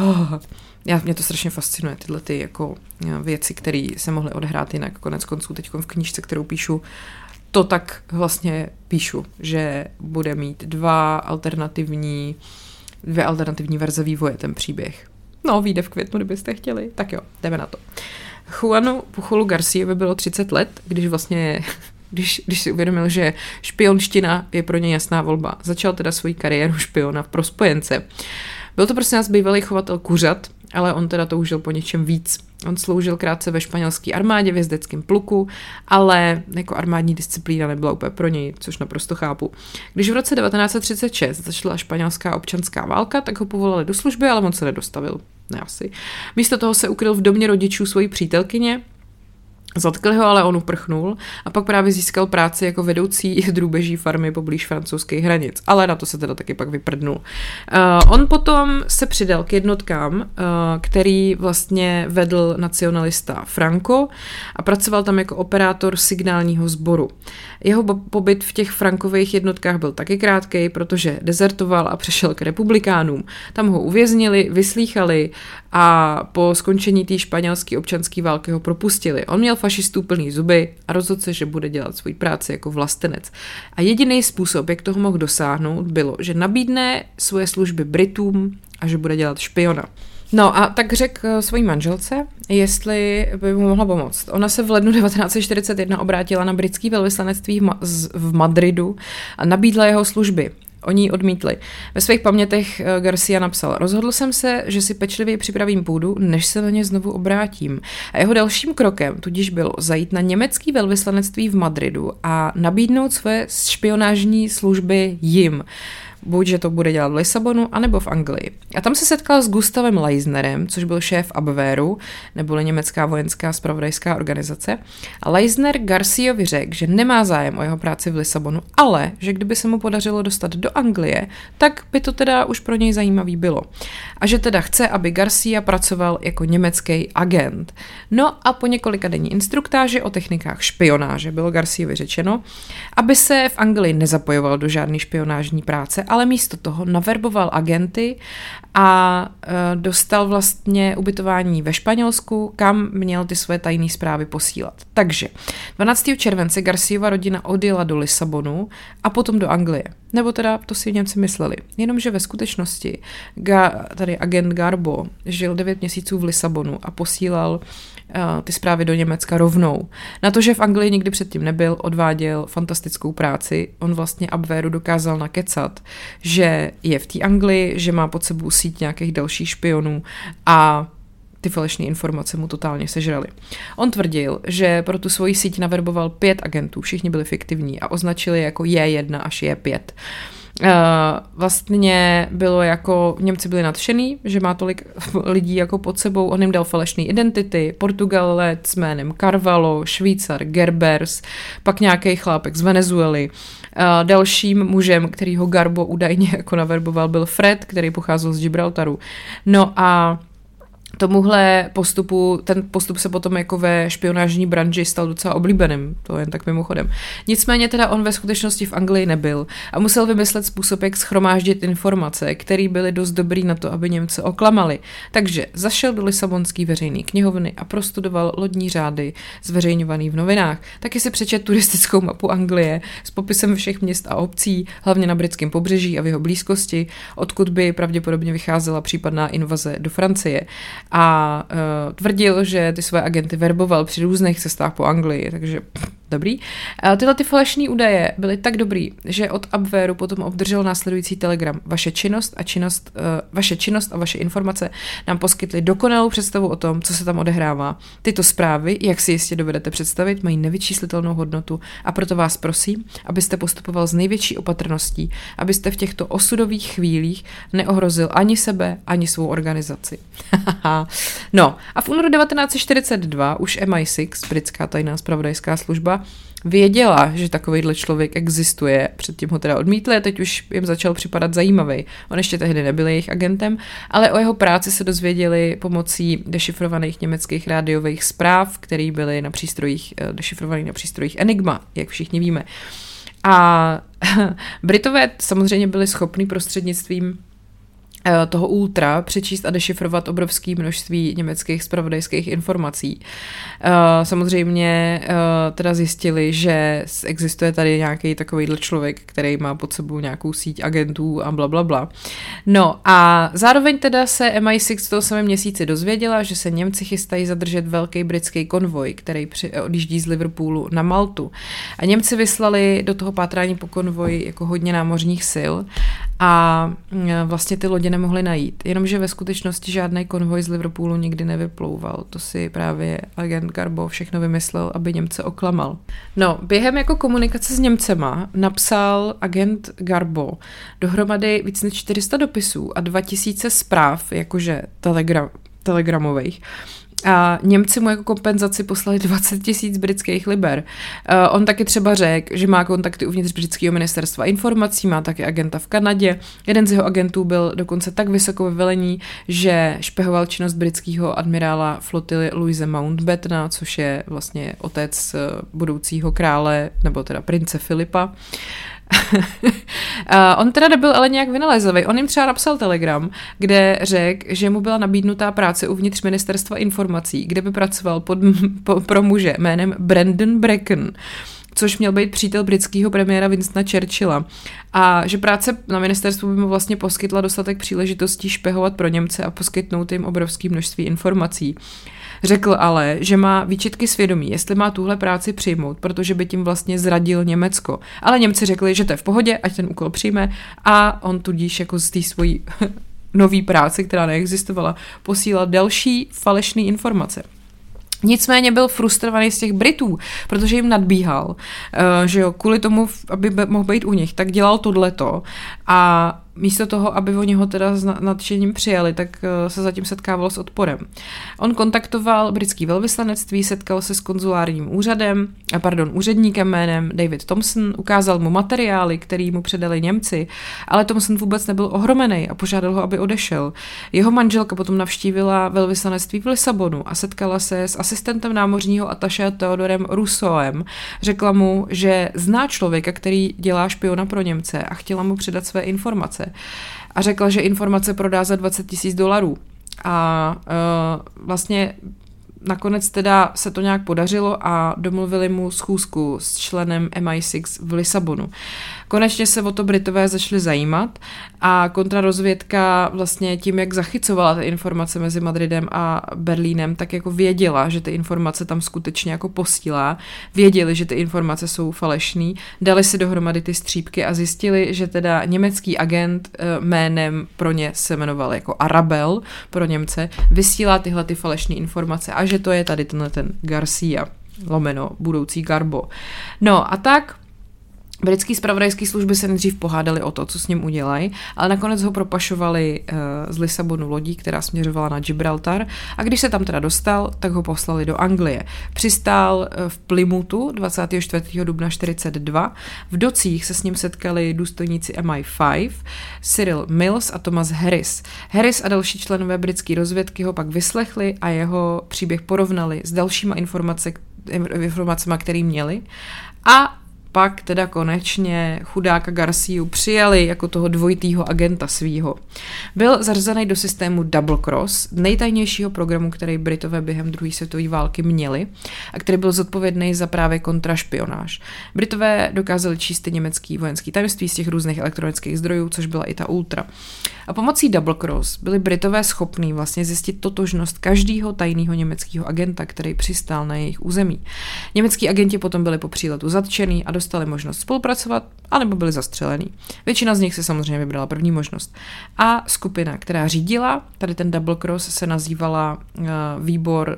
[SPEAKER 1] Mě to strašně fascinuje, tyhle ty jako věci, které se mohly odehrát jinak. Konec konců teď v knížce, kterou píšu, to tak vlastně píšu, že bude mít dvě alternativní verze vývoje ten příběh. No, vyjde v květnu, kdybyste chtěli. Tak jo, jdeme na to. Juanu Pujolu Garciovi bylo 30 let, když si uvědomil, že špionština je pro ně jasná volba. Začal teda svoji kariéru špiona pro spojence. Byl to prostě nás bývalý chovatel kuřat, ale on teda toužil po něčem víc. On sloužil krátce ve španělské armádě v jezdeckém pluku, ale jako armádní disciplína nebyla úplně pro něj, což naprosto chápu. Když v roce 1936 začala španělská občanská válka, tak ho povolali do služby, ale on se nedostavil. Ne asi. Místo toho se ukryl v domě rodičů svojí přítelkyně, zatkli ho, ale on uprchnul a pak právě získal práci jako vedoucí drůbeží farmy poblíž francouzských hranic, ale na to se teda taky pak vyprdnul. On potom se přidal k jednotkám, který vlastně vedl nacionalista Franco a pracoval tam jako operátor signálního sboru. Jeho pobyt v těch Frankových jednotkách byl taky krátkej, protože dezertoval a přešel k republikánům. Tam ho uvěznili, vyslýchali a po skončení té španělské občanské války ho propustili. On měl fašistů plný zuby a rozhodl se, že bude dělat svou práci jako vlastenec. A jediný způsob, jak toho mohl dosáhnout, bylo, že nabídne svoje služby Britům a že bude dělat špiona. No a tak řekl svojí manželce, jestli by mu mohla pomoct. Ona se v lednu 1941 obrátila na britské velvyslanectví v Madridu a nabídla jeho služby. Oni ji odmítli. Ve svých pamětech Garcia napsal: rozhodl jsem se, že si pečlivě připravím půdu, než se na ně znovu obrátím. A jeho dalším krokem tudíž bylo zajít na německé velvyslanectví v Madridu a nabídnout své špionážní služby jim. Buď, že to bude dělat v Lisabonu, anebo v Anglii. A tam se setkal s Gustavem Leisnerem, což byl šéf Abwehru, neboli německá vojenská zpravodajská organizace. A Leisner Garciovi řekl, že nemá zájem o jeho práci v Lisabonu, ale že kdyby se mu podařilo dostat do Anglie, tak by to teda už pro něj zajímavý bylo. A že teda chce, aby Garcia pracoval jako německý agent. No a po několika denní instruktáži o technikách špionáže bylo Garciovi řečeno, aby se v Anglii nezapojoval do žádné špionážní práce, ale místo toho naverboval agenty a dostal vlastně ubytování ve Španělsku, kam měl ty své tajné zprávy posílat. Takže 12. července Garciova rodina odjela do Lisabonu a potom do Anglie. Nebo teda to si Němci mysleli. Jenomže ve skutečnosti tady agent Garbo žil 9 měsíců v Lisabonu a posílal ty zprávy do Německa rovnou. Na to, že v Anglii nikdy předtím nebyl, odváděl fantastickou práci. On vlastně Abwehru dokázal nakecat, že je v té Anglii, že má pod sebou síť nějakých dalších špionů a ty falešné informace mu totálně sežraly. On tvrdil, že pro tu svoji síť naverboval 5 agentů, všichni byli fiktivní a označili jako J1 až J5. Vlastně bylo jako, Němci byli nadšený, že má tolik lidí jako pod sebou, on jim dal falešné identity, Portugalec jménem Carvalho, Švýcar Gerbers, pak nějaký chlápek z Venezuely. Dalším mužem, který ho Garbo údajně jako naverboval, byl Fred, který pocházel z Gibraltaru. No a tomuhle postupu, ten postup se potom jako ve špionážní branži stal docela oblíbeným, to jen tak mimochodem. Nicméně teda on ve skutečnosti v Anglii nebyl a musel vymyslet způsob, jak shromáždit informace, které byly dost dobrý na to, aby Němce oklamali. Takže zašel do Lisabonské veřejné knihovny a prostudoval lodní řády zveřejňovaný v novinách. Taky si přečet turistickou mapu Anglie s popisem všech měst a obcí, hlavně na britském pobřeží a v jeho blízkosti, odkud by pravděpodobně vycházela případná invaze do Francie. A tvrdil, že ty své agenty verboval při různých cestách po Anglii, takže Dobrý. Tyhle ty falešné údaje byly tak dobrý, že od Abwehru potom obdržel následující telegram. Vaše činnost a vaše informace nám poskytly dokonalou představu o tom, co se tam odehrává. Tyto zprávy, jak si jistě dovedete představit, mají nevyčíslitelnou hodnotu a proto vás prosím, abyste postupoval s největší opatrností, abyste v těchto osudových chvílích neohrozil ani sebe, ani svou organizaci. No a v únoru 1942 už MI6, britská tajná zpravodajská služba, věděla, že takovejhle člověk existuje, předtím ho teda odmítli a teď už jim začal připadat zajímavý. On ještě tehdy nebyl jejich agentem, ale o jeho práci se dozvěděli pomocí dešifrovaných německých rádiových zpráv, které byly na přístrojích, dešifrovaných na přístrojích Enigma, jak všichni víme. A Britové samozřejmě byli schopni prostřednictvím toho ultra přečíst a dešifrovat obrovské množství německých zpravodajských informací. Samozřejmě teda zjistili, že existuje tady nějaký takovýhle člověk, který má pod sebou nějakou síť agentů a blablabla. No a zároveň teda se MI6 v toho samém měsíci dozvěděla, že se Němci chystají zadržet velký britský konvoj, který odjíždí z Liverpoolu na Maltu. A Němci vyslali do toho pátrání po konvoji jako hodně námořních sil a vlastně ty lodě nemohli najít. Jenomže ve skutečnosti žádný konvoj z Liverpoolu nikdy nevyplouval. To si právě agent Garbo všechno vymyslel, aby Němce oklamal. No, během jako komunikace s Němcema napsal agent Garbo dohromady víc než 400 dopisů a 2000 zpráv, jakože telegramových. A Němci mu jako kompenzaci poslali 20 000 britských liber. On taky třeba řekl, že má kontakty uvnitř britského ministerstva informací, má taky agenta v Kanadě. Jeden z jeho agentů byl dokonce tak vysoko ve velení, že špehoval činnost britského admirála flotily Louise Mountbattena, což je vlastně otec budoucího krále, nebo teda prince Filipa. On teda nebyl ale nějak vynalezavý. On jim třeba napsal telegram, kde řekl, že mu byla nabídnutá práce uvnitř ministerstva informací, kde by pracoval pro muže jménem Brandon Bracken, což měl být přítel britského premiéra Winstona Churchilla. A že práce na ministerstvu by mu vlastně poskytla dostatek příležitostí špehovat pro Němce a poskytnout jim obrovské množství informací. Řekl ale, že má výčitky svědomí, jestli má tuhle práci přijmout, protože by tím vlastně zradil Německo. Ale Němci řekli, že to je v pohodě, ať ten úkol přijme a on tudíž jako z té svojí nový práce, která neexistovala, posílal další falešné informace. Nicméně byl frustrovaný z těch Britů, protože jim nadbíhal, že jo, kvůli tomu, aby mohl být u nich, tak dělal tohleto a místo toho, aby oni ho teda s nadšením přijali, tak se zatím setkával s odporem. On kontaktoval britský velvyslanectví, setkal se s konzulárním úředníkem jménem David Thompson, ukázal mu materiály, který mu předali Němci, ale Thompson vůbec nebyl ohromený a požádal ho, aby odešel. Jeho manželka potom navštívila velvyslanectví v Lisabonu a setkala se s asistentem námořního ataše Theodorem Rousseauem. Řekla mu, že zná člověka, který dělá špiona pro Němce a chtěla mu předat své informace. A řekla, že informace prodá za $20,000. A vlastně nakonec teda se to nějak podařilo a domluvili mu schůzku s členem MI6 v Lisabonu. Konečně se o to Britové začali zajímat a kontrarozvědka vlastně tím, jak zachycovala ty informace mezi Madridem a Berlínem, tak jako věděla, že ty informace tam skutečně jako posílá. Věděli, že ty informace jsou falešný, dali si dohromady ty střípky a zjistili, že teda německý agent jménem pro ně se jmenoval jako Arabel pro Němce, vysílá tyhle ty falešné informace a že to je tady ten Garcia, lomeno budoucí Garbo. No a tak britský zpravodajské služby se nejdřív pohádali o to, co s ním udělají, ale nakonec ho propašovali z Lisabonu lodí, která směřovala na Gibraltar a když se tam teda dostal, tak ho poslali do Anglie. Přistál v Plymouthu 24. dubna 1942. V docích se s ním setkali důstojníci MI5, Cyril Mills a Thomas Harris. Harris a další členové britské rozvědky ho pak vyslechli a jeho příběh porovnali s dalšíma informacemi, které měli a pak teda konečně chudáka Garciu přijali jako toho dvojitýho agenta svýho. Byl zařazený do systému Double Cross, nejtajnějšího programu, který Britové během druhé světové války měli a který byl zodpovědný za právě kontrašpionáž. Britové dokázali číst německý vojenský tajemství z těch různých elektronických zdrojů, což byla i ta Ultra. A pomocí Double Cross byli Britové schopní vlastně zjistit totožnost každého tajného německého agenta, který přistál na jejich území. Německý agenti potom byli po příletu zatčený a dostali možnost spolupracovat, anebo byli zastřelený. Většina z nich se samozřejmě vybrala první možnost. A skupina, která řídila tady ten Double Cross, se nazývala Výbor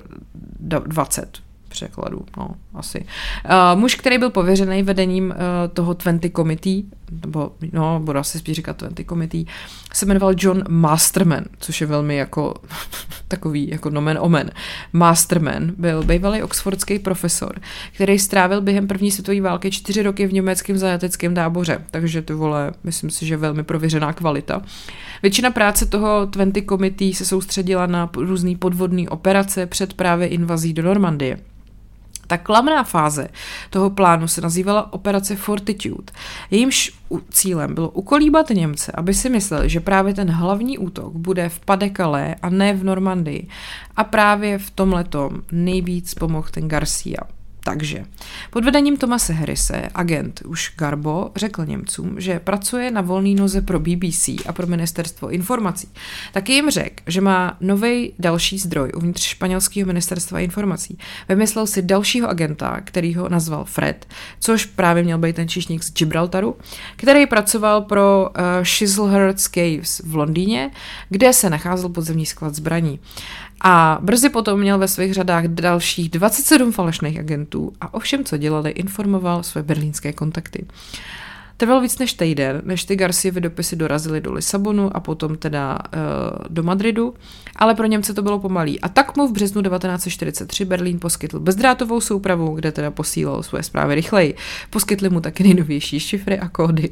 [SPEAKER 1] 20. překladu, no, asi. Muž, který byl pověřený vedením toho 20 Committee, nebo, no, budu asi spíš říkat 20 Committee, se jmenoval John Masterman, což je velmi jako takový, jako nomen omen. Masterman byl bývalý oxfordský profesor, který strávil během první světové války 4 roky v německém zajateckém táboře, takže ty vole, myslím si, že velmi prověřená kvalita. Většina práce toho 20 Committee se soustředila na různý podvodné operace před právě invazí do Normandie. Ta klamná fáze toho plánu se nazývala Operace Fortitude. Jejímž cílem bylo ukolíbat Němce, aby si mysleli, že právě ten hlavní útok bude v Pas-de-Calais a ne v Normandii. A právě v tomhletom nejvíc pomohl ten Garcia. Takže pod vedením Thomase Harrise agent už Garbo řekl Němcům, že pracuje na volný noze pro BBC a pro ministerstvo informací. Taky jim řekl, že má nový další zdroj uvnitř španělského ministerstva informací. Vymyslel si dalšího agenta, který ho nazval Fred, což právě měl být ten číšník z Gibraltaru, který pracoval pro Chislehurst Caves v Londýně, kde se nacházel podzemní sklad zbraní. A brzy potom měl ve svých řadách dalších 27 falešných agentů a o všem, co dělali, informoval své berlínské kontakty. Trvalo víc než týden, než ty Garciovy dopisy dorazily do Lisabonu a potom teda do Madridu, ale pro Němce to bylo pomalý. A tak mu v březnu 1943 Berlín poskytl bezdrátovou soupravu, kde teda posílal svoje zprávy rychleji. Poskytli mu taky nejnovější šifry a kódy.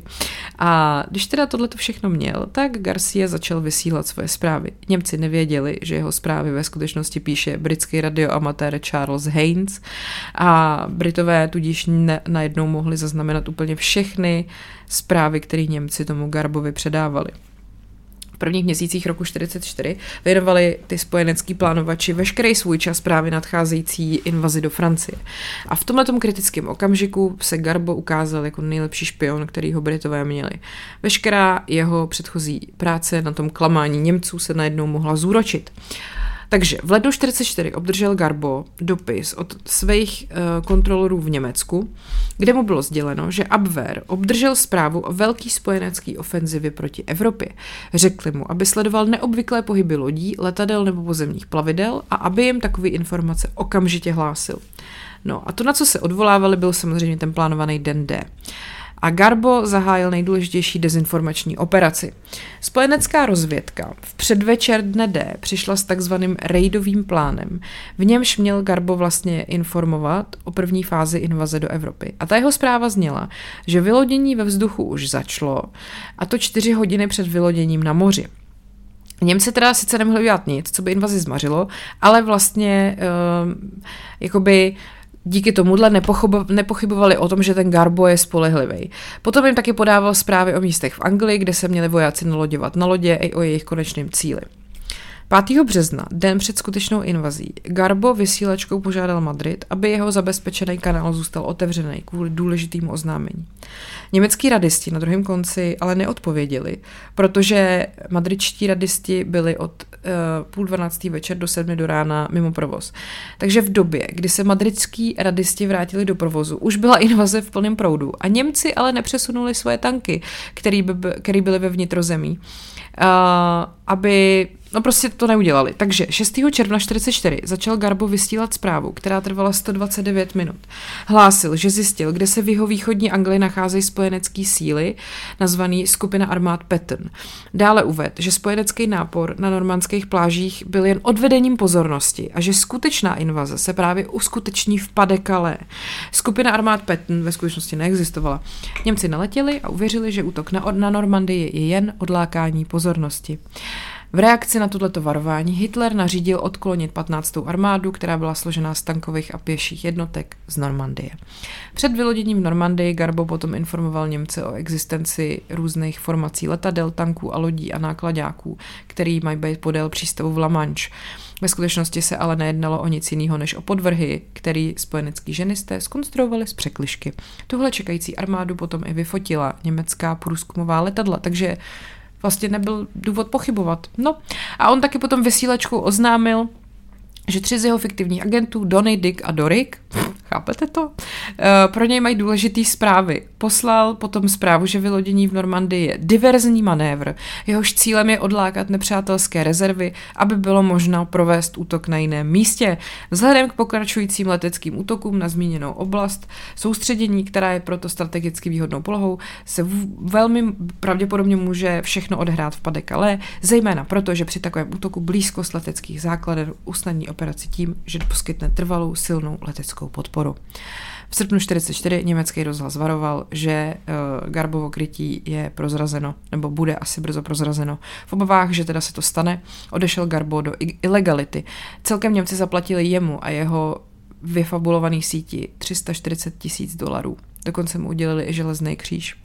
[SPEAKER 1] A když teda tohleto všechno měl, tak Garcia začal vysílat svoje zprávy. Němci nevěděli, že jeho zprávy ve skutečnosti píše britský radioamatér Charles Haynes a Britové tudíž najednou mohli zaznamenat úplně všechny zprávy, které Němci tomu Garbovi předávali. V prvních měsících roku 1944 věnovali ty spojenecký plánovači veškerý svůj čas právě nadcházející invazi do Francie. A v tomhletom kritickém okamžiku se Garbo ukázal jako nejlepší špion, který ho Britové měli. Veškerá jeho předchozí práce na tom klamání Němců se najednou mohla zúročit. Takže v lednu 1944 obdržel Garbo dopis od svých kontrolorů v Německu, kde mu bylo sděleno, že Abwehr obdržel zprávu o velký spojenecký ofenzivě proti Evropě. Řekli mu, aby sledoval neobvyklé pohyby lodí, letadel nebo pozemních plavidel a aby jim takové informace okamžitě hlásil. No a to, na co se odvolávali, byl samozřejmě ten plánovaný den D. A Garbo zahájil nejdůležitější dezinformační operaci. Spojenecká rozvědka v předvečer dne D přišla s takzvaným raidovým plánem. V němž měl Garbo vlastně informovat o první fázi invaze do Evropy. A ta jeho zpráva zněla, že vylodění ve vzduchu už začalo, a to 4 hodiny před vyloděním na moři. Němci teda sice nemohli udělat nic, co by invazi zmařilo, ale vlastně jakoby díky tomuhle nepochybovali o tom, že ten Garbo je spolehlivý. Potom jim taky podával zprávy o místech v Anglii, kde se měli vojáci naloďovat na lodě i o jejich konečném cíli. 5. března, den před skutečnou invazí, Garbo vysílačkou požádal Madrid, aby jeho zabezpečený kanál zůstal otevřený kvůli důležitému oznámení. Německý radisti na druhém konci ale neodpověděli, protože madridští radisti byli od 11:30 večer do 7 do rána mimo provoz. Takže v době, kdy se madridský radisti vrátili do provozu, už byla invaze v plném proudu a Němci ale nepřesunuli svoje tanky, které byly ve vnitrozemí, aby prostě to neudělali. Takže 6. června 1944 začal Garbo vysílat zprávu, která trvala 129 minut. Hlásil, že zjistil, kde se v jihovýchodní Anglii nacházejí spojenecké síly, nazvaný skupina armád Patton. Dále uvedl, že spojenecký nápor na normandských plážích byl jen odvedením pozornosti a že skutečná invaze se právě uskuteční v Pas-de-Calais. Skupina armád Patton ve skutečnosti neexistovala. Němci naletěli a uvěřili, že útok na Normandii je jen odlákání pozornosti. V reakci na tohleto varování Hitler nařídil odklonit 15. armádu, která byla složená z tankových a pěších jednotek z Normandie. Před vyloděním v Normandii Garbo potom informoval Němce o existenci různých formací letadel, tanků a lodí a nákladáků, který mají být podél přístavu v La Manche. Ve skutečnosti se ale nejednalo o nic jiného než o podvrhy, který spojenecký ženisté zkonstruovali z překližky. Tuhle čekající armádu potom i vyfotila německá průzkumová letadla, takže vlastně nebyl důvod pochybovat. No a on taky potom vysílačkou oznámil, že 3 z jeho fiktivních agentů, Donny, Dick a Doric, chápete to? Pro něj mají důležitý zprávy. Poslal potom zprávu, že vylodění v Normandii je diverzní manévr. Jehož cílem je odlákat nepřátelské rezervy, aby bylo možno provést útok na jiném místě. Vzhledem k pokračujícím leteckým útokům na zmíněnou oblast, soustředění, která je proto strategicky výhodnou polohou, se velmi pravděpodobně může všechno odehrát v Pas-de-Calais, zejména proto, že při takovém útoku blízkost leteckých základen usnadní operaci tím, že poskytne trvalou silnou leteckou podporu. V srpnu 1944 německý rozhlas varoval, že Garbovo krytí je prozrazeno, nebo bude asi brzo prozrazeno. V obavách, že teda se to stane, odešel Garbo do ilegality. Celkem Němci zaplatili jemu a jeho vyfabulovaný síti $340,000. Dokonce mu udělili i železný kříž.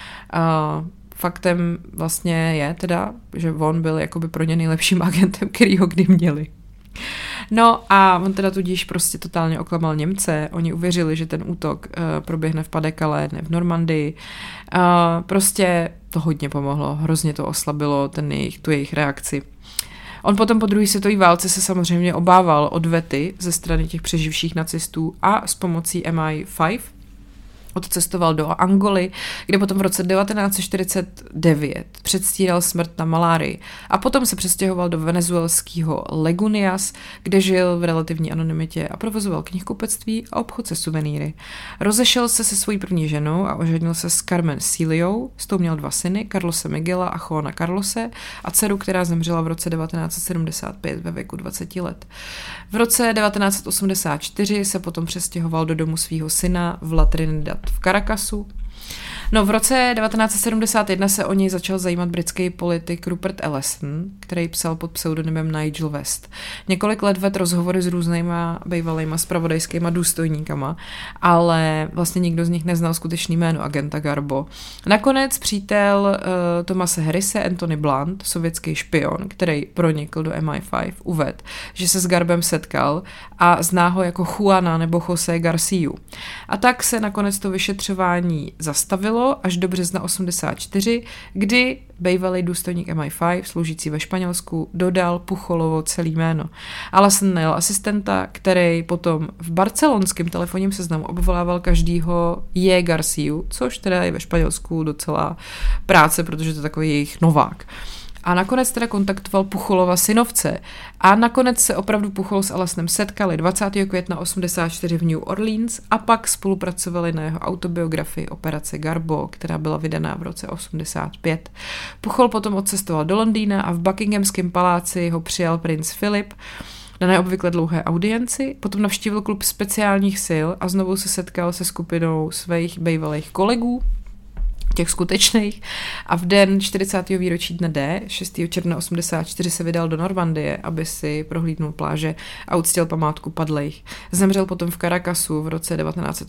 [SPEAKER 1] Faktem vlastně je teda, že on byl jakoby pro ně nejlepším agentem, který ho kdy měli. No a on teda tudíž prostě totálně oklamal Němce. Oni uvěřili, že ten útok proběhne v Pas-de-Calais, ne v Normandii. Prostě to hodně pomohlo, hrozně to oslabilo tu jejich reakci. On potom po druhé světové válce se samozřejmě obával odvety ze strany těch přeživších nacistů a s pomocí MI5 odcestoval do Angoly, kde potom v roce 1949 předstíral smrt na malárii a potom se přestěhoval do venezuelského Legunias, kde žil v relativní anonymitě a provozoval knihkupectví a obchod se suvenýry. Rozešel se se svojí první ženou a oženil se s Carmen Ciliou, s tou měl 2 syny, Carlose Miguela a Juana Carlose, a dceru, která zemřela v roce 1975 ve věku 20 let. V roce 1984 se potom přestěhoval do domu svého syna v La Trinidad v Caracasu. No v roce 1971 se o něj začal zajímat britský politik Rupert Ellison, který psal pod pseudonymem Nigel West. Několik let vedl rozhovory s různýma bývalýma zpravodajskýma důstojníkama, ale vlastně nikdo z nich neznal skutečný jméno agenta Garbo. Nakonec přítel Thomase Harrise, Anthony Blunt, sovětský špion, který pronikl do MI5, uvedl, že se s Garbem setkal a zná ho jako Juana nebo José Garciu. A tak se nakonec to vyšetřování zastavilo až do března 1984, kdy bývalý důstojník MI5, sloužící ve Španělsku, dodal Pucholovo celý jméno. Allison najel asistenta, který potom v barcelonském telefonním seznamu obvolával každýho J. Garciu, což teda je ve Španělsku docela práce, protože to je takový jejich novák. A nakonec teda kontaktoval Pucholova synovce a nakonec se opravdu Puchol s Allasonem setkali 20. května 1984 v New Orleans a pak spolupracovali na jeho autobiografii Operace Garbo, která byla vydaná v roce 1985. Puchol potom odcestoval do Londýna a v Buckinghamském paláci ho přijal princ Filip na neobvykle dlouhé audienci, potom navštívil klub speciálních sil a znovu se setkal se skupinou svých bývalých kolegů, těch skutečných, a v den 40. výročí dne D, 6. června 1984 se vydal do Normandie, aby si prohlídnul pláže a uctil památku padlejch. Zemřel potom v Caracasu v roce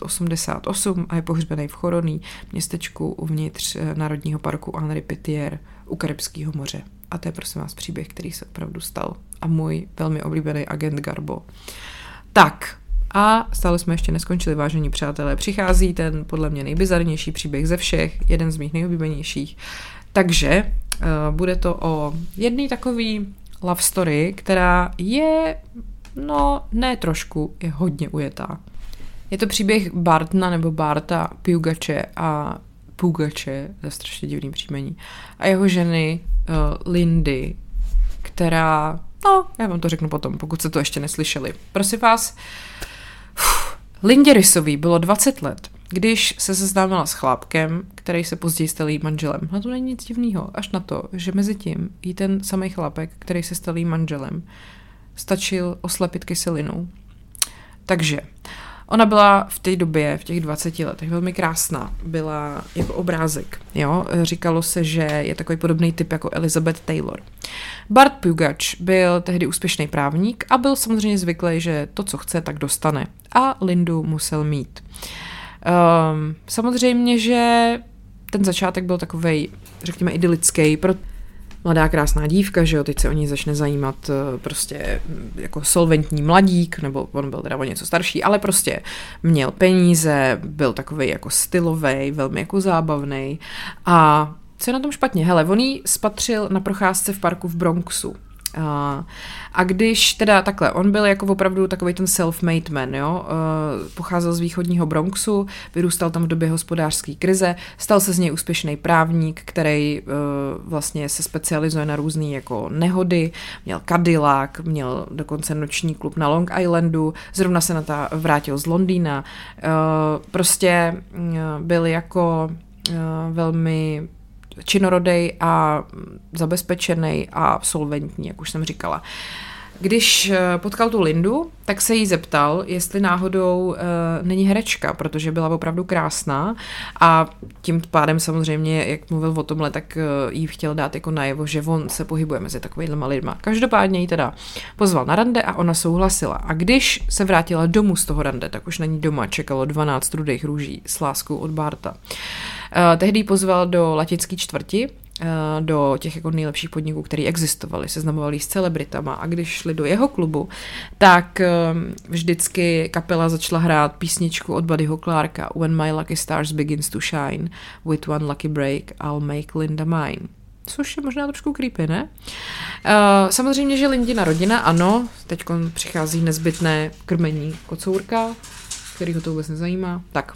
[SPEAKER 1] 1988 a je pohřbený v Choroní, městečku uvnitř Národního parku Henri Pittier u Karibského moře. A to je prosím vás příběh, který se opravdu stal. A můj velmi oblíbený agent Garbo. Tak, a stále jsme ještě neskončili, vážení přátelé. Přichází ten podle mě nejbizarnější příběh ze všech, jeden z mých nejoblíbenějších. Takže bude to o jedný takový love story, která je, no ne trošku, je hodně ujetá. Je to příběh Bartna nebo Barta Pugače a Pugače, to je strašně divný příjmení, a jeho ženy Lindy, která, no, já vám to řeknu potom, pokud se to ještě neslyšeli. Prosím vás, Lindě Rysový bylo 20 let, když se seznámila s chlápkem, který se později stal jejím manželem. Na to není nic divného, až na to, že mezi tím jí ten samý chlápek, který se stal jejím manželem, stačil oslepit kyselinou. Takže ona byla v té době, v těch 20 letech, velmi krásná. Byla jako obrázek. Jo? Říkalo se, že je takový podobný typ jako Elizabeth Taylor. Bart Pugač byl tehdy úspěšný právník a byl samozřejmě zvyklý, že to, co chce, tak dostane. A Lindu musel mít. Samozřejmě, že ten začátek byl takovej, řekněme, idylický, mladá krásná dívka, že jo, teď se o ní začne zajímat prostě jako solventní mladík, nebo on byl teda o něco starší, ale prostě měl peníze, byl takovej jako stylovej, velmi jako zábavnej a co je na tom špatně? Hele, on jí spatřil na procházce v parku v Bronxu. A když teda takhle, on byl jako opravdu takový ten self-made man, jo, pocházel z východního Bronxu, vyrůstal tam v době hospodářské krize, stal se z něj úspěšný právník, který vlastně se specializuje na různé jako nehody, měl Cadillac, měl dokonce noční klub na Long Islandu, zrovna se vrátil z Londýna, prostě byl jako velmi činorodej a zabezpečený a solventní, jak už jsem říkala. Když potkal tu Lindu, tak se jí zeptal, jestli náhodou není herečka, protože byla opravdu krásná a tím pádem samozřejmě, jak mluvil o tomhle, tak jí chtěl dát jako najevo, že on se pohybuje mezi takovýhlema lidma. Každopádně jí teda pozval na rande a ona souhlasila. A když se vrátila domů z toho rande, tak už na ní doma čekalo 12 rudých růží s láskou od Barta. Tehdy ji pozval do latinské čtvrti, do těch jako nejlepších podniků, které existovaly, seznamovali s celebritama a když šli do jeho klubu, tak vždycky kapela začala hrát písničku od Buddyho Clarka When my lucky stars begins to shine, with one lucky break I'll make Linda mine. Což je možná trošku creepy, ne? Samozřejmě, že Lindina rodina, ano, teď přichází nezbytné krmení kocourka, který ho to vůbec nezajímá. Tak,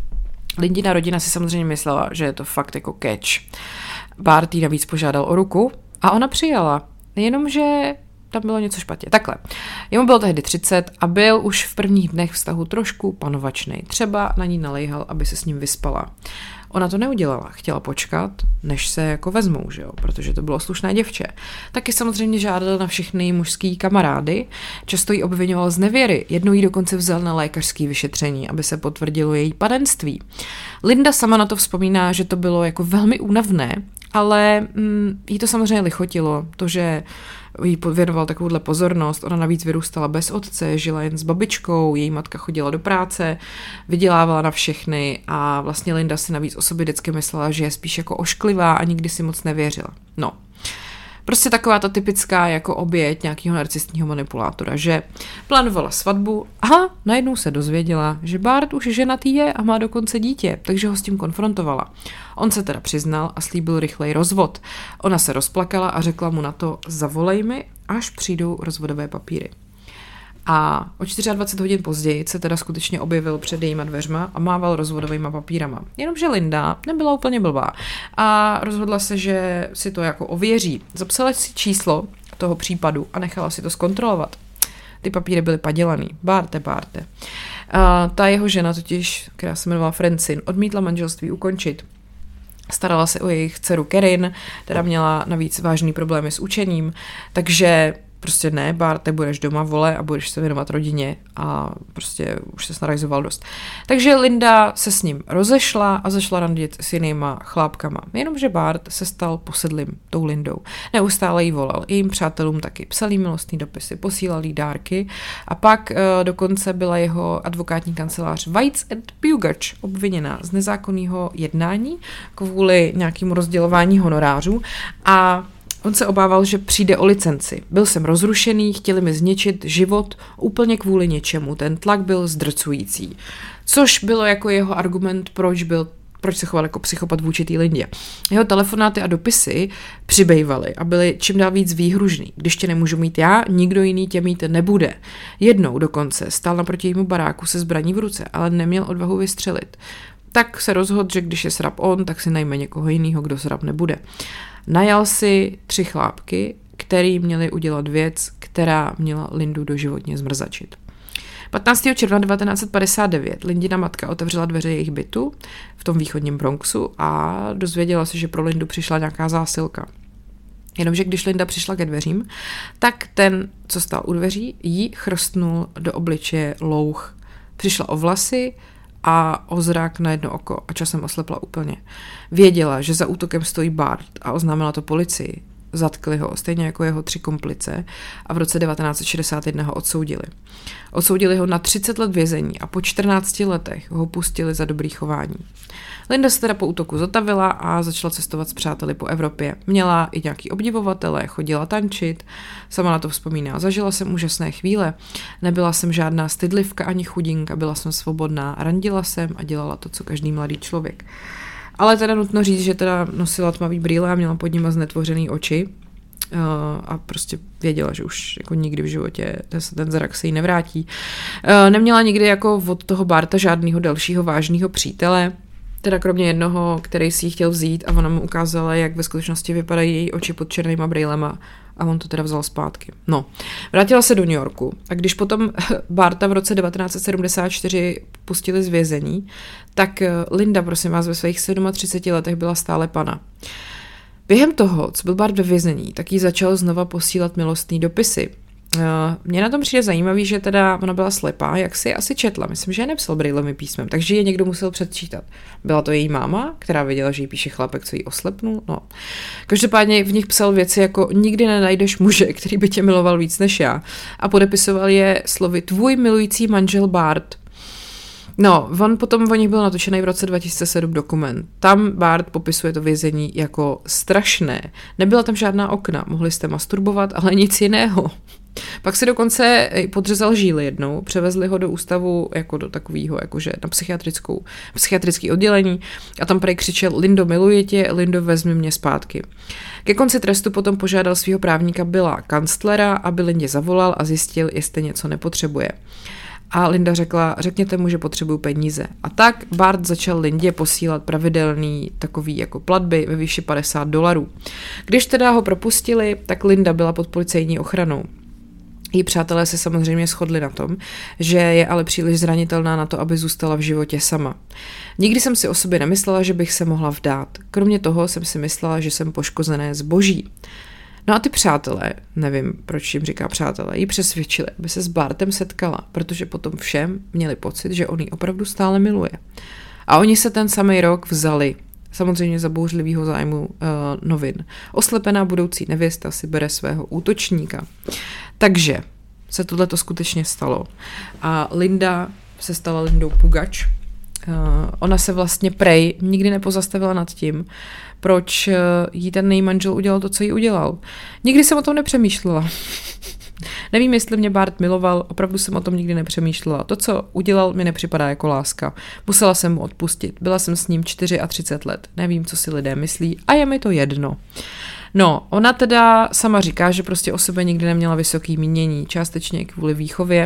[SPEAKER 1] Lindina rodina si samozřejmě myslela, že je to fakt jako catch. Bart jí navíc požádal o ruku a ona přijala. Jenomže tam bylo něco špatně. Takhle. Jemu bylo tehdy 30 a byl už v prvních dnech vztahu trošku panovačnej. Třeba na ní nalejhal, aby se s ním vyspala. Ona to neudělala. Chtěla počkat, než se jako vezmou, že jo? Protože to bylo slušné děvče. Taky samozřejmě žádal na všechny mužský kamarády. Často jí obvinoval z nevěry. Jednou jí dokonce vzal na lékařské vyšetření, aby se potvrdilo její panenství. Linda sama na to vzpomíná, že to bylo jako velmi únavné, ale jí to samozřejmě lichotilo. To, že jí věnoval takovouhle pozornost, ona navíc vyrůstala bez otce, žila jen s babičkou, její matka chodila do práce, vydělávala na všechny a vlastně Linda si navíc o sobě vždycky myslela, že je spíš jako ošklivá a nikdy si moc nevěřila. No, prostě taková ta typická jako oběť nějakého narcistního manipulátora, že plánovala svatbu a najednou se dozvěděla, že Bart už ženatý je a má dokonce dítě, takže ho s tím konfrontovala. On se teda přiznal a slíbil rychlej rozvod. Ona se rozplakala a řekla mu na to: zavolej mi, až přijdou rozvodové papíry. A o 24 hodin později se teda skutečně objevil před jejíma dveřma a mával rozvodovýma papírama. Jenomže Linda nebyla úplně blbá a rozhodla se, že si to jako ověří. Zapsala si číslo toho případu a nechala si to zkontrolovat. Ty papíry byly padělaný. Barte. Ta jeho žena totiž, která se jmenovala Francine, odmítla manželství ukončit. Starala se o jejich dceru Kerin, která měla navíc vážný problémy s učením, takže prostě ne, Barte, budeš doma, vole, a budeš se věnovat rodině a prostě už se snarajzoval dost. Takže Linda se s ním rozešla a začala randit s jinýma chlápkama. Jenomže Bart se stal posedlým tou Lindou. Neustále jí volal, jejím přátelům taky psal jí milostný dopisy, posílal jí dárky a pak dokonce byla jeho advokátní kancelář Weitz and Pugach obviněna z nezákonného jednání kvůli nějakému rozdělování honorářů a on se obával, že přijde o licenci. Byl jsem rozrušený, chtěli mi zničit život úplně kvůli něčemu. Ten tlak byl zdrcující. Což bylo jako jeho argument, proč se choval jako psychopat vůči té Lindě. Jeho telefonáty a dopisy přibývaly a byly čím dál víc výhružný. Když tě nemůžu mít já, nikdo jiný tě mít nebude. Jednou dokonce stál naproti jejímu baráku se zbraní v ruce, ale neměl odvahu vystřelit. Tak se rozhodl, že když je srab on, tak si najme někoho jiného, kdo srab nebude. Najal si 3 chlápky, který měli udělat věc, která měla Lindu doživotně zmrzačit. 15. června 1959 Lindina matka otevřela dveře jejich bytu v tom východním Bronxu a dozvěděla se, že pro Lindu přišla nějaká zásilka. Jenomže když Linda přišla ke dveřím, tak ten, co stál u dveří, jí chrstnul do obličeje louh. Přišla o vlasy a o zrak na jedno oko a časem oslepla úplně. Věděla, že za útokem stojí Bart a oznámila to policii. zatkli ho, stejně jako jeho 3 komplice a v roce 1961 ho odsoudili. Odsoudili ho na 30 let vězení a po 14 letech ho pustili za dobrý chování. Linda se teda po útoku zotavila a začala cestovat s přáteli po Evropě. Měla i nějaký obdivovatele, chodila tančit, sama na to vzpomíná. Zažila jsem úžasné chvíle, nebyla jsem žádná stydlivka ani chudinka, byla jsem svobodná, randila jsem a dělala to, co každý mladý člověk. Ale teda nutno říct, že teda nosila tmavý brýle a měla pod nima znetvořený oči a prostě věděla, že už jako nikdy v životě ten zrak se jí nevrátí. Neměla nikdy jako od toho Barta žádného dalšího vážného přítele, teda kromě jednoho, který si ji chtěl vzít a ona mu ukázala, jak ve skutečnosti vypadají její oči pod černýma brýlema a on to teda vzal zpátky. No, vrátila se do New Yorku a když potom Barta v roce 1974 pustili z vězení, tak Linda, prosím vás, ve svých 37 letech byla stále pana. Během toho, co byl Bart ve vězení, tak jí začal znova posílat milostný dopisy. Mně na tom přijde zajímavý, že teda ona byla slepá, jak si asi četla. Myslím, že je nepsal brýlovým písmem, takže je někdo musel předčítat. Byla to její máma, která věděla, že jí píše chlapek, co jí oslepnul. No. Každopádně v nich psal věci jako nikdy nenajdeš muže, který by tě miloval víc než já. A podepisoval je slovy tvůj milující manžel Bart. No, o nich byl natočený v roce 2007 dokument. Tam Bart popisuje to vězení jako strašné. Nebyla tam žádná okna, mohli jste masturbovat, ale nic jiného. Pak si dokonce podřezal žíly jednou, převezli ho do ústavu jako do takového, jakože na psychiatrické oddělení a tam prej křičel Lindo, miluji tě, Lindo, vezmi mě zpátky. Ke konci trestu potom požádal svého právníka Billa Kanstlera, aby Lindě zavolal a zjistil, jestli něco nepotřebuje. A Linda řekla, řekněte mu, že potřebuju peníze. A tak Bart začal Lindě posílat pravidelný takový jako platby ve výši $50. Když teda ho propustili, tak Linda byla pod policejní ochranou. Její přátelé se samozřejmě shodli na tom, že je ale příliš zranitelná na to, aby zůstala v životě sama. Nikdy jsem si o sobě nemyslela, že bych se mohla vdát. Kromě toho jsem si myslela, že jsem poškozené zboží. No a ty přátelé, nevím, proč jim říká přátelé, jí přesvědčili, aby se s Bartem setkala, protože potom všem měli pocit, že on ji opravdu stále miluje. A oni se ten samý rok vzali, samozřejmě za bouřlivýho zájmu novin. Oslepená budoucí nevěsta si bere svého útočníka. Takže se tohleto skutečně stalo. A Linda se stala Lindou Pugač. Ona se vlastně prej nikdy nepozastavila nad tím, proč jí ten její manžel udělal to, co jí udělal. Nikdy jsem o tom nepřemýšlela. Nevím, jestli mě Bart miloval, opravdu jsem o tom nikdy nepřemýšlela. To, co udělal, mi nepřipadá jako láska. Musela jsem mu odpustit. Byla jsem s ním 34 let. Nevím, co si lidé myslí a je mi to jedno. No, ona teda sama říká, že prostě o sebe nikdy neměla vysoký mínění, částečně kvůli výchově,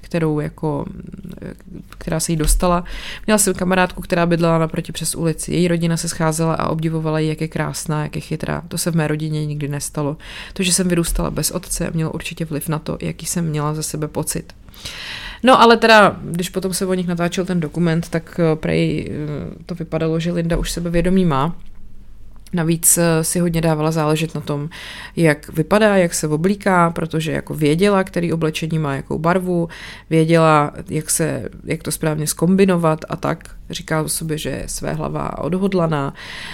[SPEAKER 1] která se jí dostala. Měla jsem kamarádku, která bydlela naproti přes ulici. Její rodina se scházela a obdivovala jí, jak je krásná, jak je chytrá. To se v mé rodině nikdy nestalo. To, že jsem vyrůstala bez otce, mělo určitě vliv na to, jaký jsem měla za sebe pocit. No ale teda, když potom se o nich natáčel ten dokument, tak prej to vypadalo, že Linda už sebevědomí má. Navíc si hodně dávala záležet na tom, jak vypadá, jak se oblíká, protože jako věděla, který oblečení má jakou barvu, věděla, jak to správně zkombinovat a tak. Říká o sobě, že je svéhlavá a odhodlaná.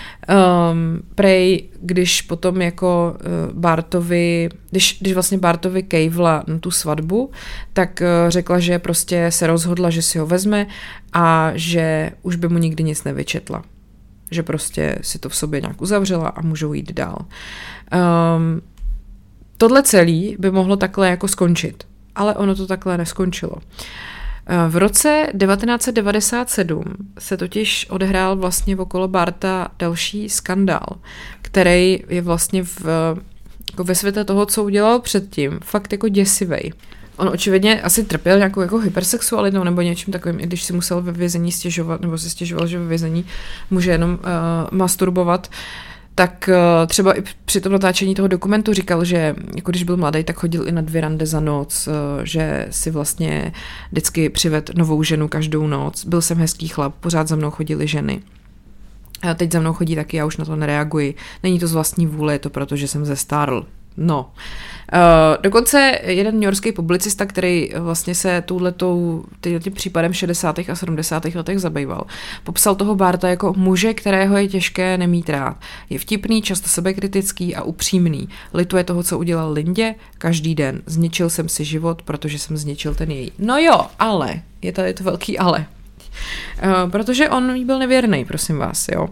[SPEAKER 1] Prej, když potom jako když vlastně Bartovi kejvla na tu svatbu, tak řekla, že prostě se rozhodla, že si ho vezme a že už by mu nikdy nic nevyčetla. Že prostě si to v sobě nějak uzavřela a můžou jít dál. Tohle celé by mohlo takhle jako skončit, ale ono to takhle neskončilo. V roce 1997 se totiž odehrál vlastně okolo Barta další skandál, který je vlastně ve světle toho, co udělal předtím, fakt jako děsivej. On očividně asi trpěl nějakou jako hypersexualitou nebo něčím takovým, i když si musel ve vězení stěžovat, nebo si stěžoval, že ve vězení může jenom masturbovat, tak třeba i při tom natáčení toho dokumentu říkal, že jako když byl mladý, tak chodil i na 2 rande za noc, že si vlastně vždycky přived novou ženu každou noc. Byl jsem hezký chlap, pořád za mnou chodily ženy. A teď za mnou chodí taky, já už na to nereaguji. Není to z vlastní vůle, je to proto, že jsem zestárl. No. Dokonce jeden newyorský publicista, který vlastně se tím případem 60. a 70. letech zabýval, popsal toho Barta jako muže, kterého je těžké nemít rád. Je vtipný, často sebekritický a upřímný. Lituje toho, co udělal Lindě, každý den. Zničil jsem si život, protože jsem zničil ten její. No jo, ale, je tady to velký ale. Protože on jí byl nevěrný, prosím vás, jo.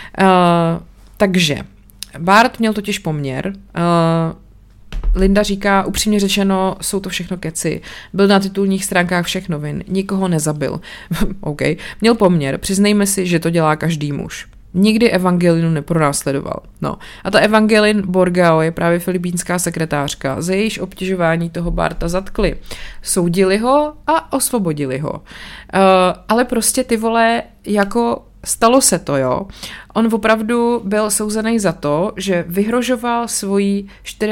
[SPEAKER 1] Takže Bart měl totiž poměr. Linda říká, upřímně řečeno, jsou to všechno keci. Byl na titulních stránkách všech novin, nikoho nezabil. OK. Měl poměr, přiznejme si, že to dělá každý muž. Nikdy Evangelinu nepronásledoval. No. A ta Evangeline Borgao je právě filipínská sekretářka. Za jejíž obtěžování toho Barta zatkli. Soudili ho a osvobodili ho. Ale prostě ty vole, jako stalo se to, jo. On opravdu byl souzený za to, že vyhrožoval svojí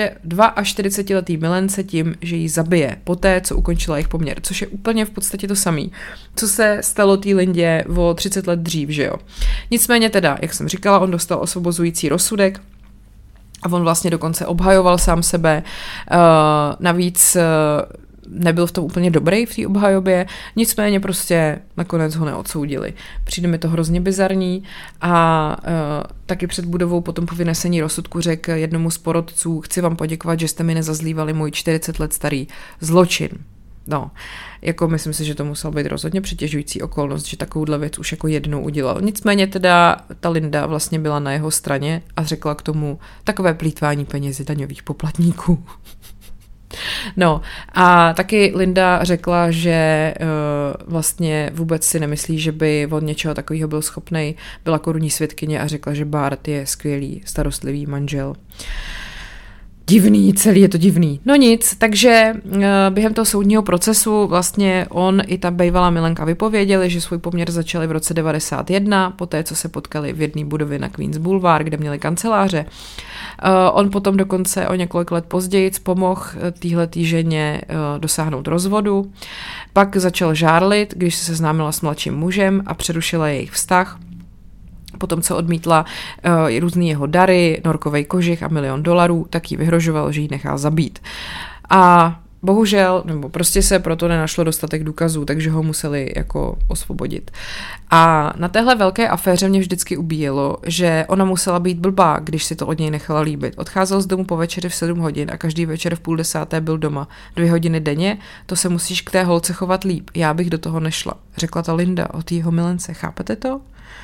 [SPEAKER 1] 42letý milence tím, že ji zabije poté, co ukončila jejich poměr, což je úplně v podstatě to samý, co se stalo té Lindě o 30 let dřív, že jo. Nicméně teda, jak jsem říkala, on dostal osvobozující rozsudek a on vlastně dokonce obhajoval sám sebe, navíc nebyl v tom úplně dobrý v té obhajobě, nicméně prostě nakonec ho neodsoudili. Přijde mi to hrozně bizarní a taky před budovou potom po vynesení rozsudku řekl jednomu z porotců, chci vám poděkovat, že jste mi nezazlívali můj 40 let starý zločin. No, jako myslím si, že to musel být rozhodně přitěžující okolnost, že takovouhle věc už jako jednou udělal. Nicméně teda ta Linda vlastně byla na jeho straně a řekla k tomu takové plýtvání penězi daňových poplatníků. No a taky Linda řekla, že vlastně vůbec si nemyslí, že by od něčeho takového byl schopnej. Byla korunní svědkyně a řekla, že Bart je skvělý, starostlivý manžel. Divný, celý je to divný. No nic, takže během toho soudního procesu vlastně on i ta bývalá milenka vypověděli, že svůj poměr začali v roce 91, poté co se potkali v jedné budově na Queens Boulevard, kde měli kanceláře. On potom dokonce o několik let později pomohl téhletý ženě dosáhnout rozvodu. Pak začal žárlit, když se seznámila s mladším mužem a přerušila jejich vztah. Potom, co odmítla různý jeho dary, norkovej kožich a $1 milion, tak jí vyhrožoval, že ji nechá zabít. A bohužel, nebo prostě se proto nenašlo dostatek důkazů, takže ho museli jako osvobodit. A na téhle velké aféře mě vždycky ubíjelo, že ona musela být blbá, když si to od něj nechala líbit. Odcházel z domu po večeři v 7 hodin a každý večer v 9:30 byl doma. 2 hodiny denně, to se musíš k té holce chovat líp. Já bych do toho nešla. Řekla ta Linda od jeho milence. Chápete to?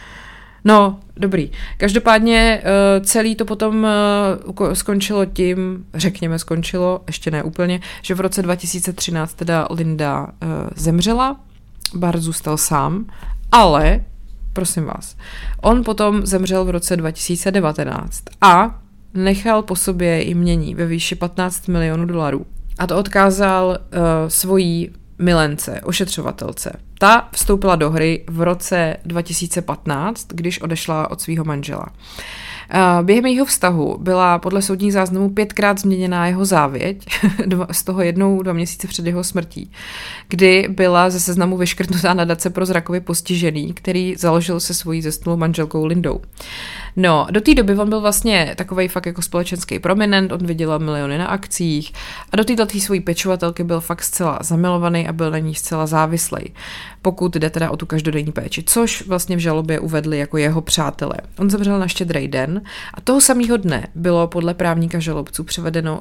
[SPEAKER 1] No, dobrý. Každopádně celý to potom skončilo tím, ještě ne úplně, že v roce 2013 teda Linda zemřela, Bart zůstal sám, ale, prosím vás, on potom zemřel v roce 2019 a nechal po sobě jmění ve výši $15 milionů. A to odkázal svojí milence, ošetřovatelce. Ta vstoupila do hry v roce 2015, když odešla od svého manžela. Během jejího vztahu byla podle soudních záznamů 5krát změněná jeho závěť, z toho 2 měsíce před jeho smrtí, kdy byla ze seznamu vyškrtnutá nadace pro zrakově postižený, který založil se svojí zesnulou manželkou Lindou. No, do té doby on byl vlastně takovej fakt jako společenský prominent, on vydělal miliony na akcích a do této svojí pečovatelky byl fakt zcela zamilovaný a byl na ní zcela závislej, pokud jde teda o tu každodenní péči, což vlastně v žalobě uvedli jako jeho přátelé. On zemřel na Štědrý den a toho samého dne bylo podle právníka žalobců převedeno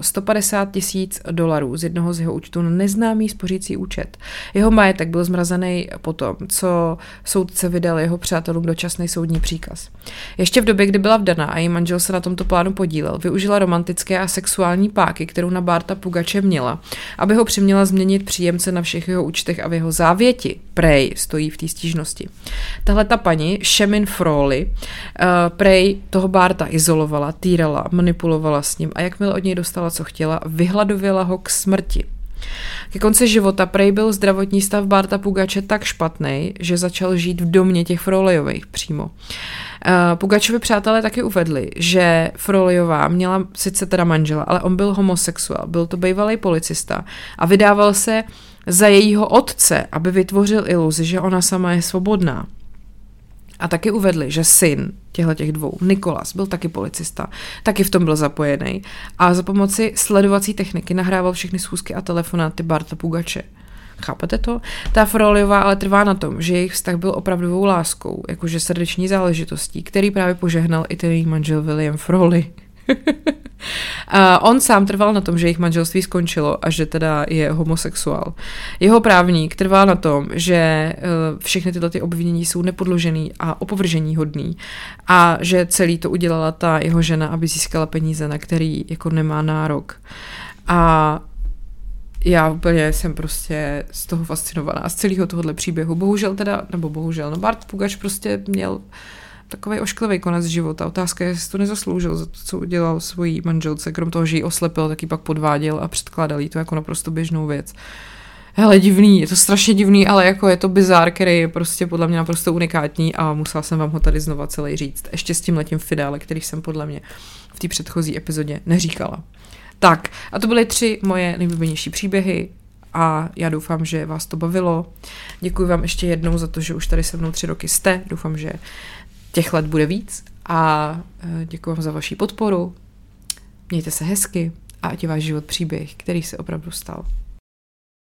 [SPEAKER 1] $150,000 z jednoho z jeho účtů na neznámý spořící účet. Jeho majetek byl zmrazený potom, co soudce vydal jeho přátelům dočasný soudní příkaz. Ještě v době, kdy byla vdaná a její manžel se na tomto plánu podílel, využila romantické a sexuální páky, kterou na Barta Pugače měla, aby ho přiměla změnit příjemce na všech jeho účtech a v jeho závěti. Prej stojí v té stížnosti. Tahle ta paní, Shemin Frawley, prej toho Barta izolovala, týrala, manipulovala s ním a jakmile od něj dostala, co chtěla, vyhladověla ho k smrti. Ke konci života prej byl zdravotní stav Barta Pugače tak špatný, že začal žít v domě těch Frawleyových přímo. Pugačovi přátelé taky uvedli, že Frawleyová měla sice teda manžela, ale on byl homosexuál, byl to bývalý policista a vydával se za jejího otce, aby vytvořil iluzi, že ona sama je svobodná. A taky uvedli, že syn těch dvou, Nikolas, byl taky policista, taky v tom byl zapojený a za pomoci sledovací techniky nahrával všechny schůzky a telefonáty Barta Pugače. Chápete to? Ta Froliová ale trvá na tom, že jejich vztah byl opravdovou láskou, jakože srdeční záležitostí, který právě požehnal i ten její manžel William Frawley. On sám trval na tom, že jejich manželství skončilo a že teda je homosexuál. Jeho právník trval na tom, že všechny tyhle ty obvinění jsou nepodložený a opovržení hodný a že celý to udělala ta jeho žena, aby získala peníze, na který jako nemá nárok. A já úplně jsem prostě z toho fascinovaná, z celého tohohle příběhu. Bohužel, Bart Pugač prostě měl takovej ošklivý konec života. Otázka je, jestli to nezasloužil za to, co udělal svojí manželce. Krom toho, že ji oslepil, tak ji pak podváděl a předkládal jí to jako naprosto běžnou věc. Hele, divný, je to strašně divný, ale jako je to bizár, který je prostě podle mě naprosto unikátní a musela jsem vám ho tady znova celý říct. Ještě s tímhletím finále, který jsem podle mě v té předchozí epizodě neříkala. Tak, a to byly 3 moje nejblíbenější příběhy a já doufám, že vás to bavilo. Děkuji vám ještě jednou za to, že už tady se mnou 3 roky jste. Doufám, že těch let bude víc a děkuji vám za vaši podporu. Mějte se hezky a ať je váš život příběh, který se opravdu stal.